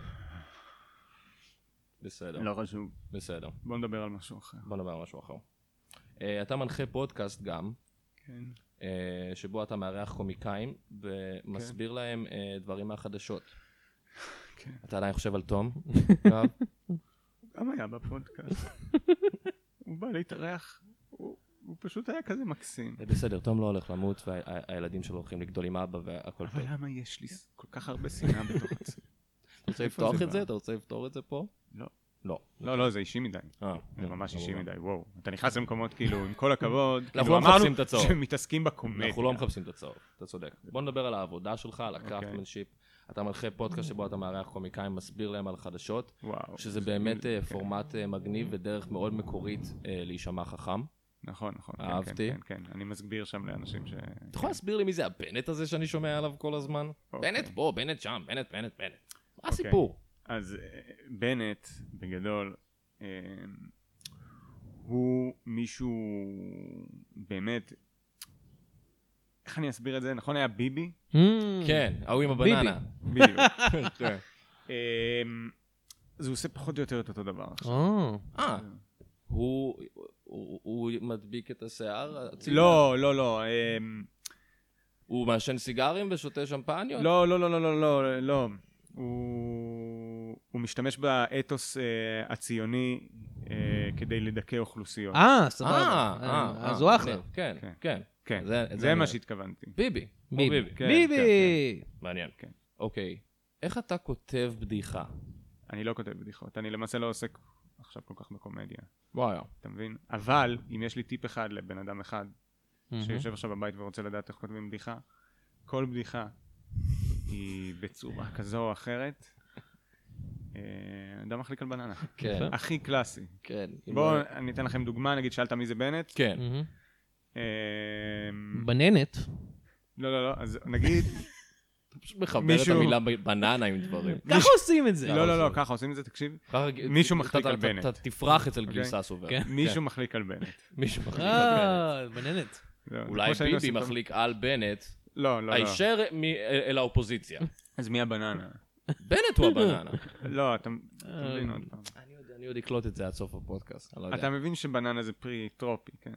S1: בסדר.
S4: לא חשוב.
S1: בסדר.
S4: בוא נדבר על משהו אחר.
S1: אתה מנחה פודקאסט גם,
S4: כן.
S1: שבו אתה מארח קומיקאים ומסביר להם דברים מהחדשות.
S4: כן.
S1: אתה עדיין חושב על תום?
S4: הוא גם היה בפודקאסט. הוא בא להתארח. הוא פשוט היה כזה מקסים.
S1: זה בסדר, תום לא הולך למות והילדים שלו הולכים לגדול עם אבא והכל טוב.
S4: אבל למה יש לי כל כך הרבה שנאה בתוך עצמי?
S1: רוצה לפתוח את זה? אתה רוצה לפתור את זה פה?
S4: לא.
S1: לא.
S4: לא, זה אישי מדי. זה ממש אישי מדי, וואו. אתה נכנס למקומות כאילו, עם כל הכבוד,
S1: אנחנו לא מחפשים את הצהוב.
S4: שמתעסקים בקומדיה.
S1: אנחנו לא מחפשים את הצהוב, אתה צודק. בוא נדבר על העבודה שלך, על הקראפטמנשיפ. אתה מלכה פודקאסט שבו אתה מארח קומיקאים, מסביר להם על חדשות, שזה באמת פורמט מגניב ודרך מאוד מקורית להישמע חכם.
S4: נכון,
S1: אהבתי.
S4: כן, אני מסביר שם לאנשים ש...
S1: אתה יכול להסביר לי מי זה הבנט הזה שאני שומע עליו כל הזמן? בנט פה, בנט שם, בנט. מה הסיפור?
S4: אז בנט, בגדול, הוא מישהו באמת... איך אני אסביר את זה? נכון היה ביבי?
S1: כן, ההוא עם הבננה.
S4: בדיוק. זה עושה פחות או יותר את אותו דבר עכשיו.
S1: הוא מדביק את השיער?
S4: לא.
S1: הוא מעשן סיגרים ושותה שמפניות?
S4: לא. הוא משתמש באתוס הציוני כדי לדכא אוכלוסיות.
S2: סבבה. אז הוא אחלה.
S1: כן.
S4: זה מה שהתכוונתי.
S1: ביבי.
S2: ביבי!
S1: מעניין. אוקיי. איך אתה כותב בדיחה?
S4: אני לא כותב בדיחות. אני למעשה לא עוסק עכשיו כל כך בקומדיה.
S1: וואי.
S4: אתה מבין? אבל אם יש לי טיפ אחד לבן אדם אחד שיושב עכשיו בבית ורוצה לדעת איך כותבים בדיחה, כל בדיחה היא בצורה כזו או אחרת. אדם מחליק על בננה.
S1: כן.
S4: הכי קלאסי.
S1: כן.
S4: בואו אני אתן לכם דוגמה, נגיד שאלת מי זה בנט.
S1: כן.
S2: בננת.
S4: לא, אז נגיד...
S1: אתה פשוט מחבר את המילה בננה עם דברים.
S2: ככה עושים את זה.
S4: לא, ככה עושים את זה, תקשיב. מישהו מחליק על בנט.
S1: אתה תפרח אצל גיסה סובר.
S4: מישהו מחליק על בנט.
S1: מישהו מחליק על בנט.
S2: בננת.
S1: אולי ביבי מחליק על בנט.
S4: לא.
S1: הישר אל האופוזיציה.
S4: אז מי הבננה?
S1: בנט הוא הבננה.
S4: לא, אתה מבין עוד פעם.
S1: אני עוד אקלוט את זה עד סוף הפודקאסט.
S4: אתה מבין שבננה זה פרי טרופי, כן?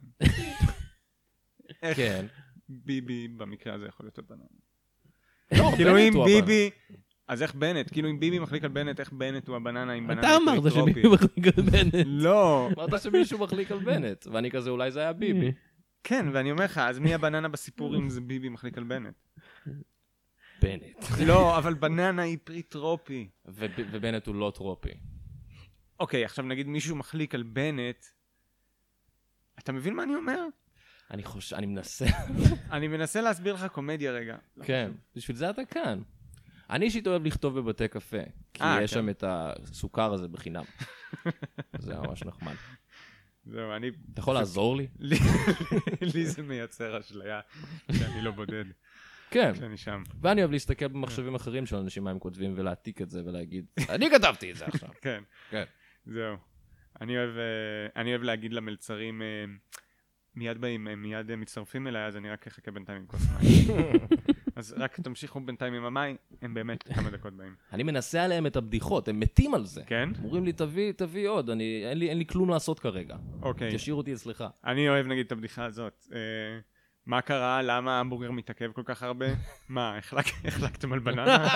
S1: כן.
S4: ביבי במקרה הזה יכול להיות בננה.
S1: לא,
S4: כאילו אם
S1: בנט הוא הבננה.
S4: ביבי, אז איך בנט? כאילו אם ביבי מחליק על בנט, איך בנט הוא הבננה עם בננה?
S2: אתה אמרת שביבי מחליק על בנט.
S4: לא.
S1: אמרת שמישהו מחליק על בנט, ואני כזה אולי זה היה ביבי.
S4: כן, ואני אומר לך, אז מי הבננה בסיפור אם זה ביבי מחליק על בנט?
S1: בנט.
S4: לא, אבל בננה היא פרי טרופי.
S1: ובנט הוא לא טרופי.
S4: אוקיי, עכשיו נגיד מישהו מחליק על בנט, אתה מבין מה אני אומר?
S1: אני מנסה.
S4: אני מנסה להסביר לך קומדיה רגע.
S1: כן, בשביל זה אתה כאן. אני אישית אוהב לכתוב בבתי קפה, כי יש שם את הסוכר הזה בחינם. זה ממש נחמד.
S4: זהו,
S1: אתה יכול לעזור לי?
S4: לי זה מייצר אשליה שאני לא בודד.
S1: כן.
S4: כשאני שם.
S1: ואני אוהב להסתכל במחשבים אחרים של אנשים מה הם כותבים ולהעתיק את זה ולהגיד, אני כתבתי את זה עכשיו.
S4: כן. זהו. אני אוהב להגיד למלצרים, מיד מצטרפים אליי, אז אני רק אחכה בינתיים עם כוס מים. אז רק תמשיכו בינתיים עם המים, הם באמת כמה דקות באים.
S1: אני מנסה עליהם את הבדיחות, הם מתים על זה.
S4: כן?
S1: אומרים לי, תביא עוד, אין לי כלום לעשות כרגע.
S4: אוקיי.
S1: תשאיר אותי אצלך.
S4: אני אוהב נגיד את הבדיחה הזאת. מה קרה? למה ההמבורגר מתעכב כל כך הרבה? מה, החלקתם על בננה?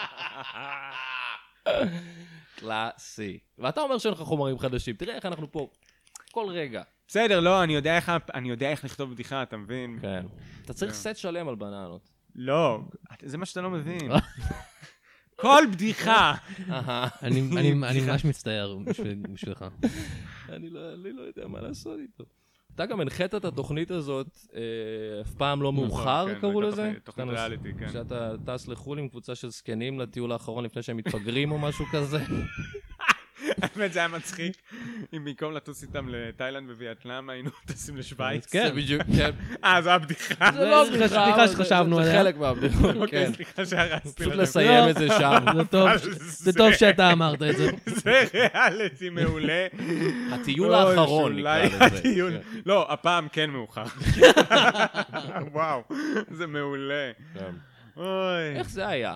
S1: קלאסי. ואתה אומר שאין לך חומרים חדשים. תראה איך אנחנו פה כל רגע.
S4: בסדר, לא, אני יודע איך לכתוב בדיחה, אתה מבין?
S1: כן. אתה צריך סט שלם על בננות.
S4: לא, זה מה שאתה לא מבין. כל בדיחה.
S2: אני ממש מצטער בשבילך.
S1: אני לא יודע מה לעשות איתו. אתה גם הנחית את התוכנית הזאת, אף פעם לא מאוחר, קראו לזה?
S4: תוכנית ריאליטי, כן.
S1: שאתה טס לחול עם קבוצה של זקנים לטיול האחרון לפני שהם מתפגרים או משהו כזה.
S4: האמת, זה היה מצחיק. אם במקום לטוס איתם לתאילנד ווייטנאם, היינו טסים לשוויץ.
S1: זה בדיוק, כן.
S4: זו הבדיחה.
S1: זה לא
S2: בדיחה שחשבנו עליה.
S1: זה חלק מהבדיחות, כן.
S4: אוקיי, סליחה שהרסתי
S1: פשוט לסיים את זה שם.
S2: זה טוב שאתה אמרת את זה.
S4: זה ריאליטי מעולה.
S1: הטיול האחרון נקרא לזה.
S4: לא, הפעם כן מאוחר. וואו, זה מעולה.
S1: איך זה היה?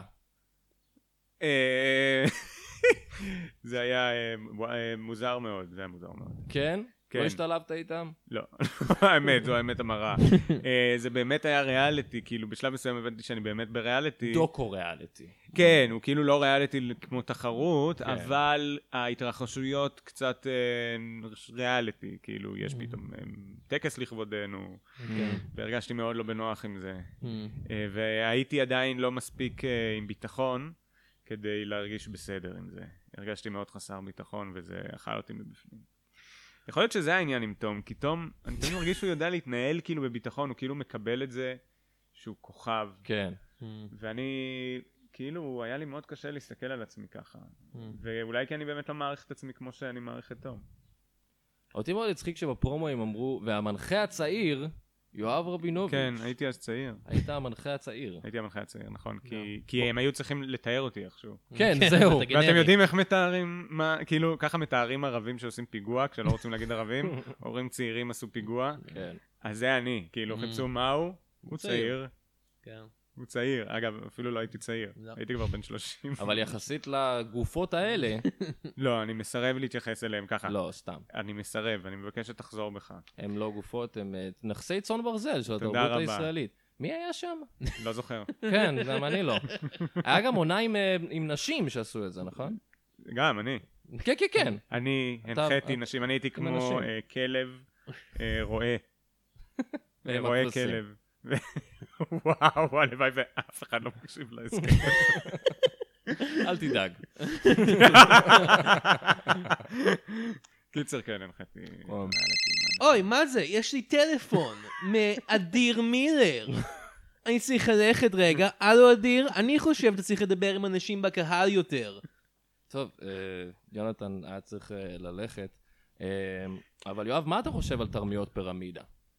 S4: זה היה מוזר מאוד, זה היה מוזר מאוד.
S1: כן? לא השתלבת איתם?
S4: לא, האמת, זו האמת המרה. זה באמת היה ריאליטי, כאילו בשלב מסוים הבנתי שאני באמת בריאליטי.
S1: דוקו ריאליטי.
S4: כן, הוא כאילו לא ריאליטי כמו תחרות, אבל ההתרחשויות קצת ריאליטי, כאילו יש פתאום טקס לכבודנו, והרגשתי מאוד לא בנוח עם זה. והייתי עדיין לא מספיק עם ביטחון, כדי להרגיש בסדר עם זה. הרגשתי מאוד חסר ביטחון, וזה אכל אותי מבפנים. יכול להיות שזה העניין עם תום, כי תום, אני תמיד מרגיש שהוא יודע להתנהל כאילו בביטחון, הוא כאילו מקבל את זה שהוא כוכב.
S1: כן.
S4: ואני, כאילו, היה לי מאוד קשה להסתכל על עצמי ככה. ואולי כי אני באמת לא מעריך את עצמי כמו שאני מעריך את תום.
S1: אותי מאוד הצחיק שבפרומואים אמרו, והמנחה הצעיר, יואב רבינוביץ'.
S4: כן, הייתי אז צעיר.
S1: היית המנחה הצעיר.
S4: הייתי המנחה הצעיר, נכון. כי הם היו צריכים לתאר אותי איכשהו.
S1: כן, זהו.
S4: ואתם יודעים איך מתארים, כאילו, ככה מתארים ערבים שעושים פיגוע, כשלא רוצים להגיד ערבים, אומרים צעירים עשו פיגוע.
S1: כן.
S4: אז זה אני, כאילו, חיפשו מהו? הוא צעיר.
S2: כן.
S4: הוא צעיר. אגב, אפילו לא הייתי צעיר. הייתי כבר בן 30.
S1: אבל יחסית לגופות האלה...
S4: לא, אני מסרב להתייחס אליהם ככה.
S1: לא, סתם.
S4: אני מסרב, אני מבקש שתחזור בך.
S1: הם לא גופות, הם נכסי צאן ברזל של התרבות הישראלית. מי היה שם?
S4: לא זוכר.
S1: כן, גם אני לא. היה גם עונה עם נשים שעשו את זה, נכון?
S4: גם, אני.
S1: כן, כן, כן.
S4: אני הנחיתי נשים, אני הייתי כמו כלב רועה. רועה כלב. וואו, הלוואי ואף אחד לא מקשיב להסכם.
S1: אל תדאג.
S4: קיצר, כן, הנחתי.
S2: אוי, מה זה? יש לי טלפון מאדיר מילר. אני צריך ללכת רגע. הלו אדיר, אני חושב שאתה צריך לדבר עם אנשים בקהל יותר.
S1: טוב, יונתן היה צריך ללכת. אבל יואב, מה אתה חושב על תרמיות פירמידה?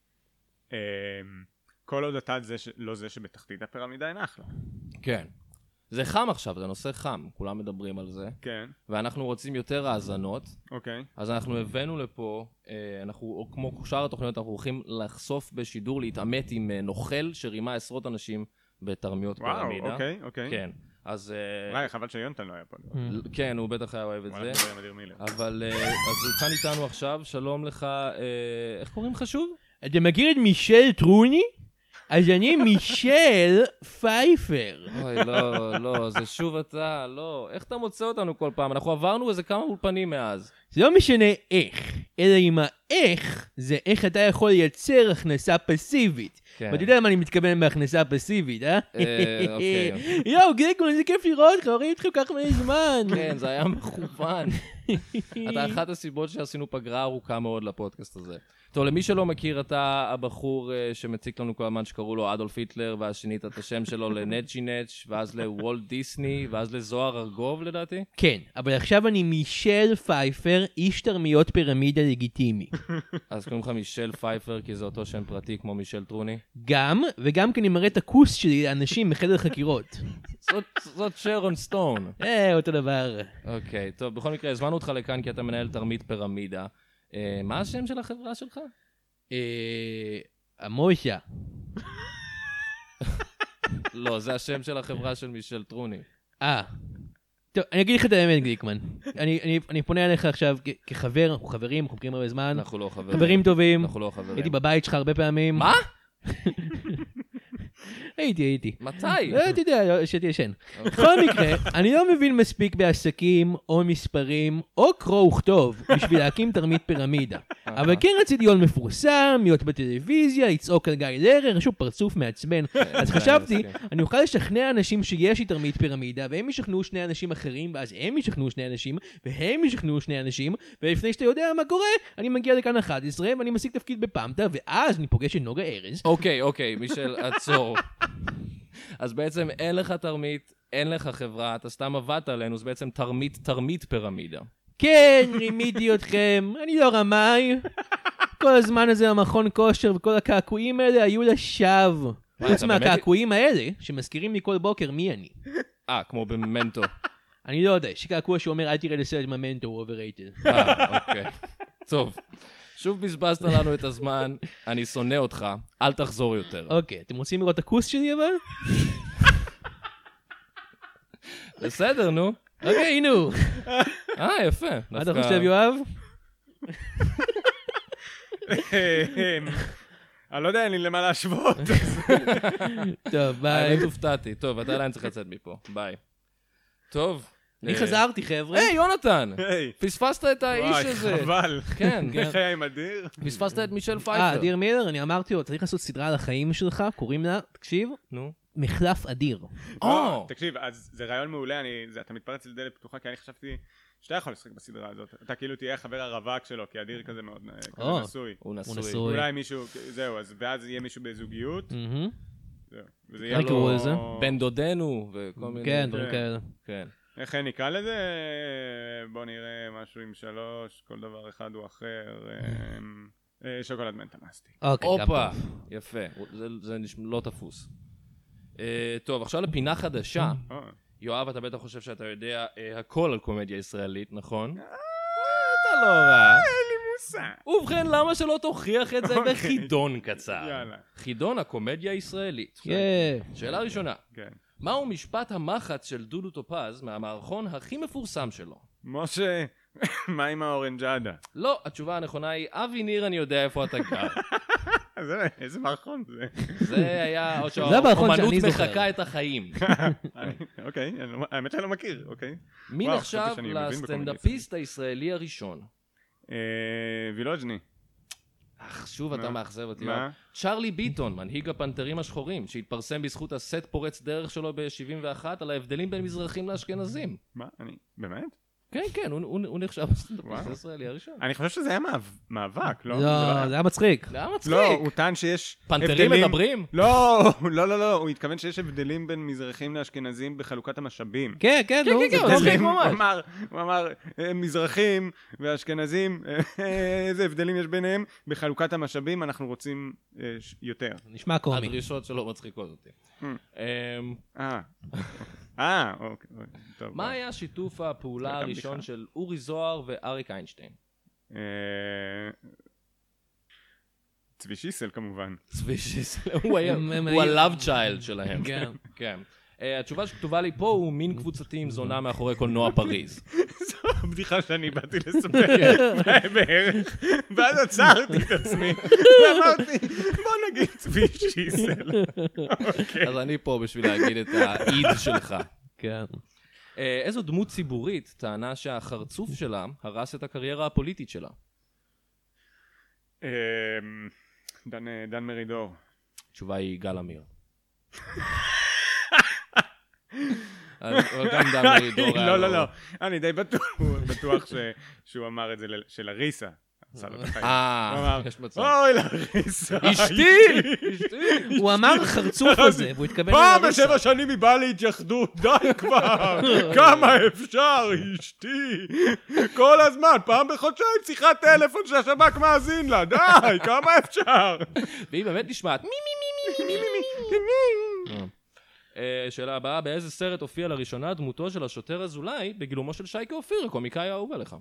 S4: כל עוד אתה לא זה שבתחתית הפירמידה אין אחלה.
S1: כן. זה חם עכשיו, זה נושא חם. כולם מדברים על זה.
S4: כן.
S1: ואנחנו רוצים יותר האזנות.
S4: אוקיי.
S1: אז אנחנו הבאנו לפה, כמו שאר התוכניות, אנחנו הולכים לחשוף בשידור, להתעמת עם נוכל שרימה עשרות אנשים בתרמיות פירמידה.
S4: וואו, אוקיי.
S1: כן. אז...
S4: וואי, חבל שיונתן לא היה פה.
S1: כן, הוא בטח היה אוהב את זה.
S4: אדיר מילר.
S1: אבל אז הוא כאן איתנו עכשיו, שלום לך, איך קוראים לך שוב?
S2: אתה מכיר את מישל טרוני? אז אני מישל פייפר.
S1: אוי, לא, זה שוב אתה, לא. איך אתה מוצא אותנו כל פעם? אנחנו עברנו איזה כמה אולפנים מאז.
S2: זה לא משנה איך, אלא אם האיך זה איך אתה יכול לייצר הכנסה פסיבית.
S1: כן.
S2: ואתה יודע מה אני מתכוון בהכנסה פסיבית, אה?
S1: אוקיי.
S2: יואו, גליקמן, איזה כיף לראות לך, רואים אתכם כך מלא זמן.
S1: כן, זה היה מכוון. אתה אחת הסיבות שעשינו פגרה ארוכה מאוד לפודקאסט הזה. טוב, למי שלא מכיר, אתה הבחור שמציק לנו כל הזמן שקראו לו אדולף היטלר, ואז שינית את השם שלו לנצ'י נץ', ואז לוולט דיסני, ואז לזוהר ארגוב לדעתי?
S2: כן, אבל עכשיו אני מישל פייפר, איש תרמיות פירמידה לגיטימי.
S1: אז קוראים לך מישל פייפר, כי זה אותו שם פרטי כמו מישל טרוני?
S2: גם, וגם כי אני מראה את הכוס שלי לאנשים בחדר חקירות.
S1: זאת שרון סטון.
S2: אותו דבר.
S1: אוקיי, טוב, בכל מקרה, הזמנו אותך לכאן כי אתה מנהל תרמית פירמידה. מה השם של החברה שלך?
S2: המושה.
S1: לא, זה השם של החברה של מישל טרוני.
S2: טוב, אני אגיד לך את האמת, גליקמן. אני פונה אליך עכשיו כחבר, אנחנו חברים, אנחנו מכירים הרבה זמן.
S1: אנחנו לא חברים.
S2: חברים טובים.
S1: אנחנו לא חברים.
S2: הייתי בבית שלך הרבה פעמים.
S1: מה?
S2: הייתי.
S1: מתי?
S2: לא, אתה יודע, שתי ישן. בכל מקרה, אני לא מבין מספיק בעסקים, או מספרים, או קרוא וכתוב, בשביל להקים תרמית פירמידה. אבל כן רציתי להיות מפורסם, להיות בטלוויזיה, לצעוק על גיא לרר, שוב פרצוף מעצבן. אז חשבתי, אני אוכל לשכנע אנשים שיש לי תרמית פירמידה, והם ישכנעו שני אנשים אחרים, ואז הם ישכנעו שני אנשים, והם ישכנעו שני אנשים, ולפני שאתה יודע מה קורה, אני מגיע לכאן 11, ואני משיג תפקיד בפמטה, ואז אני פוגש את נוגה ארז.
S1: אוקיי, מישל, עצור. אז בעצם אין לך תרמית, אין לך חברה, אתה סתם עבדת עלינו, זה בעצם תרמית פירמידה.
S2: כן, רימיתי אתכם, אני לא רמאי. כל הזמן הזה המכון כושר וכל הקעקועים האלה היו לשווא. חוץ מהקעקועים האלה, שמזכירים לי כל בוקר מי אני.
S1: כמו בממנטו.
S2: אני לא יודע, יש קעקוע שאומר אל תראה לסרט ממנטו, הוא overrated.
S1: אוקיי. טוב. שוב בזבזת לנו את הזמן, אני שונא אותך, אל תחזור יותר.
S2: אוקיי, אתם רוצים לראות את הכוס שלי אבל?
S1: בסדר, נו.
S2: אוקיי, נו.
S1: יפה.
S2: מה אתה חושב, יואב?
S4: אני לא יודע, אין לי למה להשוות.
S2: טוב, ביי.
S1: האמת הופתעתי. טוב, אתה עדיין צריך לצאת מפה. ביי. טוב.
S2: אני חזרתי, חבר'ה.
S1: היי, יונתן! פספסת את האיש הזה.
S4: וואי, חבל.
S1: כן.
S4: איך היה עם אדיר?
S1: פספסת את מישל פייפר.
S2: אדיר מילר, אני אמרתי לו, צריך לעשות סדרה על החיים שלך, קוראים לה, תקשיב,
S1: נו.
S2: מחלף אדיר.
S4: תקשיב, אז זה רעיון מעולה, אתה מתפרץ לדלת פתוחה, כי אני חשבתי שאתה יכול לשחק בסדרה הזאת. אתה כאילו תהיה חבר הרווק שלו, כי אדיר כזה מאוד נשוי.
S1: הוא נשוי.
S4: אולי מישהו, זהו, ואז יהיה מישהו בזוגיות. וזה יהיה
S2: לו...
S1: בן דודנו וכל מיני...
S2: כן, דברים כאלה.
S1: כן.
S4: איך נקרא לזה? בוא נראה משהו עם 3, כל דבר אחד הוא אחר. שוקולד מנטה מסטיק.
S1: אופה, יפה. זה לא תפוס. טוב, עכשיו לפינה חדשה. יואב, אתה בטח חושב שאתה יודע הכל על קומדיה ישראלית, נכון? אתה לא רע.
S4: אין לי מושג.
S1: ובכן, למה שלא תוכיח את זה בחידון קצר?
S4: יאללה.
S1: חידון הקומדיה הישראלית. שאלה ראשונה.
S4: כן.
S1: מהו משפט המחץ של דודו טופז מהמערכון הכי מפורסם שלו?
S4: משה, מה עם האורנג'אדה?
S1: לא, התשובה הנכונה היא, אבי ניר, אני יודע איפה אתה גר.
S4: איזה מערכון זה?
S1: זה היה, או
S2: זה המערכון שאני
S1: שהאומנות
S2: זוכר.
S1: מחקה את החיים.
S4: אוקיי, האמת שאני לא מכיר, אוקיי.
S1: מי
S4: וואו,
S1: נחשב
S4: חשבתי שאני מבין בקומדיה
S1: לסטנדאפיסט הישראלי הראשון?
S4: וילוג'ני.
S1: שוב אתה מאכזב אותי.
S4: מה?
S1: צ'רלי ביטון, מנהיג הפנתרים השחורים, שהתפרסם בזכות הסט פורץ דרך שלו ב-71 על ההבדלים בין מזרחים לאשכנזים.
S4: מה? באמת?
S1: כן, כן, הוא נחשב הסטנדאפיסט הישראלי הראשון.
S4: אני חושב שזה היה מאבק, לא?
S2: לא, זה היה מצחיק.
S1: זה היה מצחיק.
S4: לא, הוא טען שיש
S1: פנתרים מדברים?
S4: לא, הוא התכוון שיש הבדלים בין מזרחים לאשכנזים בחלוקת המשאבים.
S2: כן, כן, נו, זה
S1: כן,
S2: מצחיק.
S4: הוא אמר, מזרחים ואשכנזים, איזה הבדלים יש ביניהם, בחלוקת המשאבים אנחנו רוצים יותר.
S2: נשמע קומי.
S1: הדרישות שלו מצחיקות אותי.
S4: אוקיי.
S1: מה היה שיתוף הפעולה הראשון של אורי זוהר ואריק איינשטיין?
S4: צבי שיסל כמובן.
S1: צבי שיסל, הוא ה-love child שלהם. כן. התשובה שכתובה לי פה הוא מין קבוצתי עם זונה מאחורי קולנוע פריז.
S4: זו הבדיחה שאני באתי לספר בערך, ואז עצרתי את עצמי, ואמרתי, בוא נגיד צבי שיסל.
S1: אז אני פה בשביל להגיד את העיד שלך.
S2: כן.
S1: איזו דמות ציבורית טענה שהחרצוף שלה הרס את הקריירה הפוליטית שלה?
S4: דן מרידור.
S1: התשובה היא יגאל עמיר. אבל גם דן מרידור היה לו...
S4: לא, אני די בטוח שהוא אמר את זה של אריסה.
S1: יש מצב.
S4: אוי לאריסה.
S1: אשתי!
S2: הוא אמר חרצוף הזה, והוא התכוון
S4: פעם
S2: לאריסה.
S4: ב7 שנים היא באה להתייחדות, די כבר, כמה אפשר, אשתי. כל הזמן, פעם בחודשיים שיחת טלפון שהשב"כ מאזין לה, די, כמה אפשר.
S1: והיא באמת נשמעת מי. שאלה הבאה, באיזה סרט הופיע לראשונה דמותו של השוטר אזולאי בגילומו של שייקה אופיר, הקומיקאי האהוב עליך?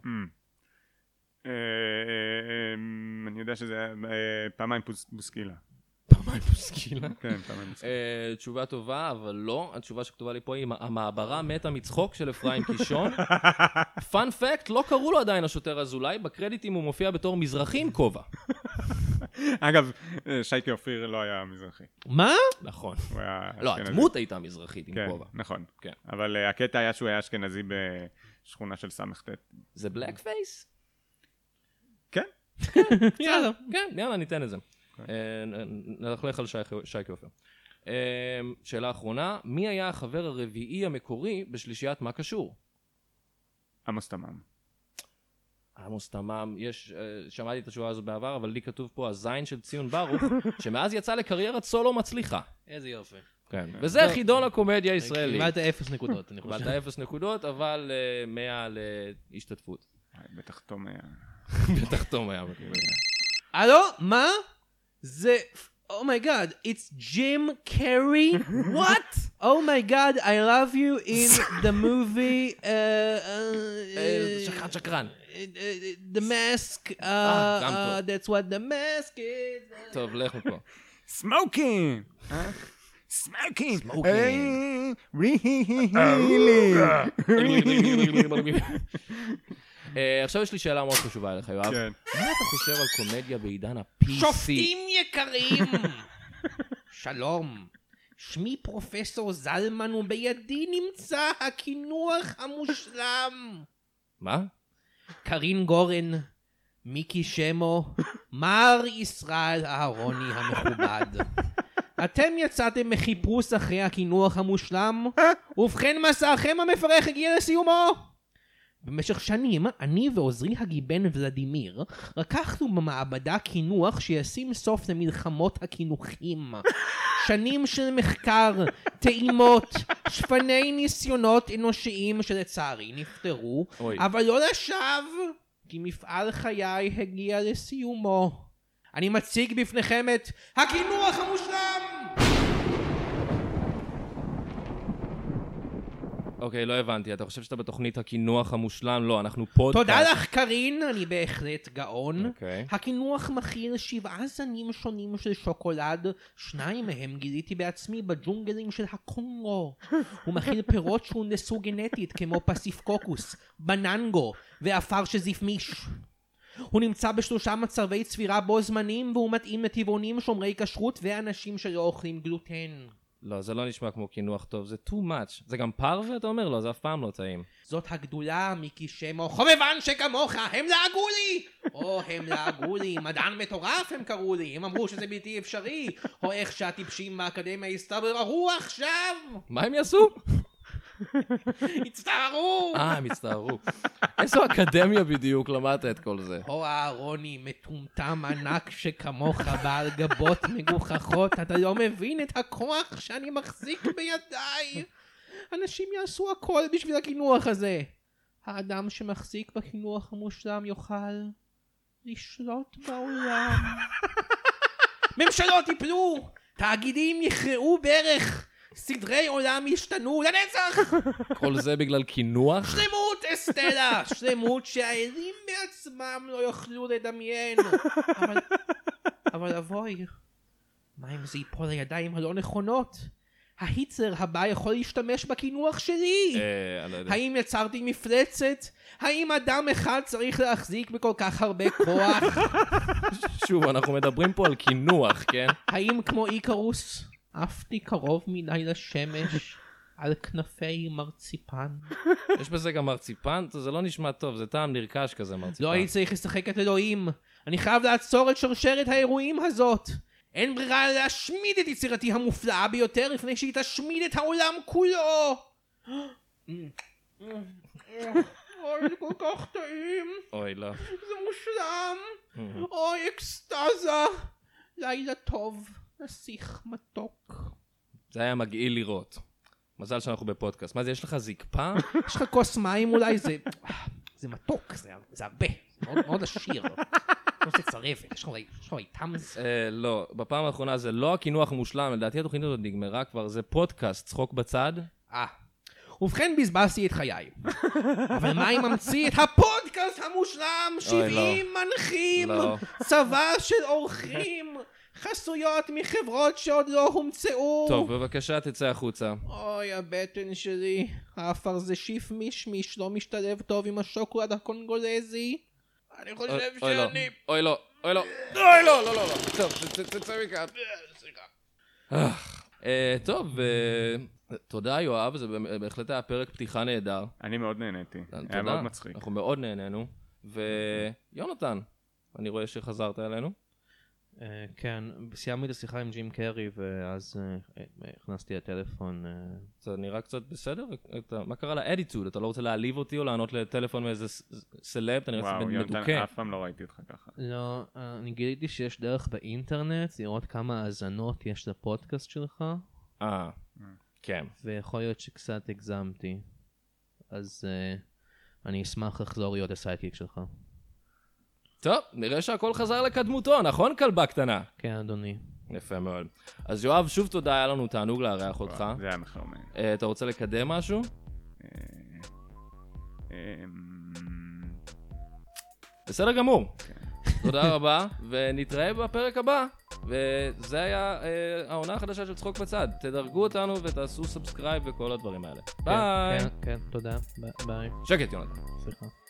S4: אני יודע שזה פעמיים בוסקילה.
S1: פעמיים בוסקילה?
S4: כן, פעמיים בוסקילה.
S1: תשובה טובה, אבל לא. התשובה שכתובה לי פה היא המעברה מתה מצחוק של אפרים קישון. פאנ פקט, לא קראו לו עדיין השוטר אזולאי, בקרדיטים הוא מופיע בתור מזרחי עם כובע.
S4: אגב, שייקה אופיר לא היה מזרחי.
S2: מה?
S1: נכון.
S4: הוא היה
S1: לא,
S4: אשכנזי.
S1: הדמות הייתה מזרחית עם
S4: כן,
S1: כובע.
S4: נכון.
S1: כן.
S4: אבל הקטע היה שהוא היה אשכנזי בשכונה של סמכת.
S1: זה בלק פייס?
S4: כן.
S2: יאללה.
S1: כן, יאללה, ניתן את זה. נלכלך על שייקה אופיר. שאלה אחרונה, מי היה החבר הרביעי המקורי בשלישיית מה קשור?
S4: עמוס תמם.
S1: עמוס תמם, שמעתי את התשובה הזו בעבר, אבל לי כתוב פה הזין של ציון ברוך, שמאז יצא לקריירת סולו מצליחה.
S2: איזה יופי.
S1: כן. וזה חידון הקומדיה הישראלית.
S2: קיבלת 0 נקודות, אני חושב.
S1: קיבלת 0 נקודות, אבל 100 להשתתפות.
S4: בטח תום היה.
S1: בטח תום היה.
S2: הלו, מה? זה... Oh my god, it's Jim Carrey? What? Oh my god, I love you in the movie...
S1: שקרן.
S2: The Mask,
S1: גם טוב.
S2: that's what the mask is.
S1: טוב, לך מפה.
S4: סמוקינג! סמוקינג!
S1: עכשיו יש לי שאלה מאוד חשובה אליך, יואב.
S4: כן.
S1: מה אתה חושב על קומדיה בעידן ה-PC?
S2: שופטים יקרים! שלום. שמי פרופסור זלמן ובידי נמצא הכינוח המושלם.
S1: מה?
S2: קרין גורן, מיקי שמו, מר ישראל אהרוני המכובד. אתם יצאתם מחיפוש אחרי הקינוח המושלם, ובכן מסעכם המפרך הגיע לסיומו. במשך שנים, אני ועוזרי הגיבן ולדימיר לקחנו במעבדה קינוח שישים סוף למלחמות הקינוחים. שנים של מחקר, טעימות, שפני ניסיונות אנושיים שלצערי נפטרו, אבל לא לשווא, כי מפעל חיי הגיע לסיומו. אני מציג בפניכם את הקינוח המושלם!
S1: אוקיי, לא הבנתי. אתה חושב שאתה בתוכנית הקינוח המושלם? לא, אנחנו פודקאסט.
S2: תודה לך קרין, אני בהחלט גאון.
S1: אוקיי.
S2: הקינוח מכיל 7 זנים שונים של שוקולד, 2 מהם גיליתי בעצמי בג'ונגלים של הקונגו. הוא מכיל פירות שהונדסו גנטית כמו פסיפקוקוס, בננגו ואפר שזיף מיש. הוא נמצא ב3 מצבי צבירה בו זמנים, והוא מתאים לטבעונים שומרי כשרות ואנשים שלא אוכלים גלוטן.
S1: לא, זה לא נשמע כמו קינוח טוב, זה too much. זה גם פרווה, אתה אומר? לא, זה אף פעם לא טעים.
S2: זאת הגדולה מיקי שמו, חובבן שכמוך, הם לעגו לי! הם לעגו לי, מדען מטורף הם קראו לי, הם אמרו שזה בלתי אפשרי, או איך שהטיפשים באקדמיה הסתבררו עכשיו!
S1: מה הם יעשו?
S2: הצטערו!
S1: הם הצטערו. איזו אקדמיה בדיוק למדת את כל זה?
S2: אהרוני, מטומטם ענק שכמוך בעל גבות מגוחכות, אתה לא מבין את הכוח שאני מחזיק בידיי. אנשים יעשו הכל בשביל הקינוח הזה. האדם שמחזיק בקינוח המושלם יוכל לשלוט בעולם. ממשלות יפלו, תאגידים יכרעו ברך, סדרי עולם ישתנו לנצח.
S1: כל זה בגלל קינוח?
S2: שלמות אסטלה, שלמות שהאלים בעצמם לא יוכלו לדמיין. אבל אבוי, מה אם זה ייפול לידיים הלא נכונות? ההיטלר הבא יכול להשתמש בקינוח שלי.
S1: אני לא יודע.
S2: האם יצרתי מפלצת? האם אדם אחד צריך להחזיק בכל כך הרבה כוח?
S1: שוב, אנחנו מדברים פה על קינוח, כן?
S2: האם כמו איקרוס עפתי קרוב מדי לשמש על כנפי מרציפן?
S1: יש בזה גם מרציפן? זה לא נשמע טוב, זה טעם נרכש כזה מרציפן.
S2: לא הייתי צריך לשחק את אלוהים. אני חייב לעצור את שרשרת האירועים הזאת. אין ברירה להשמיד את יצירתי המופלאה ביותר לפני שהיא תשמיד את העולם כולו. אוי, זה כל כך טעים.
S1: אוי, לא.
S2: זה מושלם. אוי, אקסטאזה. לילה טוב, נסיך מתוק.
S1: זה היה מגעיל לראות. מזל שאנחנו בפודקאסט. מה זה, יש לך זקפה?
S2: יש לך כוס מים אולי? זה מתוק, זה הרבה. זה מאוד עשיר. כמו שצרבת, יש לך איתמס?
S1: לא, בפעם האחרונה זה לא הקינוח המושלם, לדעתי התוכנית הזאת נגמרה כבר, זה פודקאסט, צחוק בצד.
S2: ובכן בזבזתי את חיי. אבל מה אם ממציא את הפודקאסט המושלם? 70 מנחים, צבא של אורחים, חסויות מחברות שעוד לא הומצאו.
S1: טוב, בבקשה תצא החוצה.
S2: אוי, הבטן שלי, האפר זה שיף מישמיש, לא משתלב טוב עם השוקולד הקונגולזי. אני חושב שאני...
S1: אוי לא, אוי לא, אוי לא, לא, לא, לא. טוב, תצא מכאן. טוב, תודה יואב, זה בהחלט היה פרק פתיחה נהדר.
S4: אני מאוד נהניתי, היה מאוד מצחיק.
S1: אנחנו מאוד נהנינו. ויונתן, אני רואה שחזרת אלינו.
S2: כן, סיימתי את השיחה עם ג'ים קרי ואז הכנסתי לטלפון.
S1: זה נראה קצת בסדר? מה קרה לאדיטוד? אתה לא רוצה להעליב אותי או לענות לטלפון מאיזה סלב? אתה נראה קצת מדוכא.
S4: וואו, יונתן, אף פעם לא ראיתי אותך ככה.
S2: לא, אני גיליתי שיש דרך באינטרנט לראות כמה האזנות יש לפודקאסט שלך.
S1: כן.
S2: ויכול להיות שקצת הגזמתי. אז אני אשמח לחזור להיות הסיידקיק שלך.
S1: טוב, נראה שהכל חזר לקדמותו, נכון כלבה קטנה?
S2: כן, אדוני.
S1: יפה מאוד. אז יואב, שוב תודה, היה לנו תענוג לארח אותך.
S4: זה היה מחרמן.
S1: אתה רוצה לקדם משהו? בסדר גמור. תודה רבה, ונתראה בפרק הבא. וזה היה העונה החדשה של צחוק בצד. תדרגו אותנו ותעשו סאבסקרייב וכל הדברים האלה. ביי.
S2: כן, תודה. ביי.
S1: שקט, יונתן.
S2: סליחה.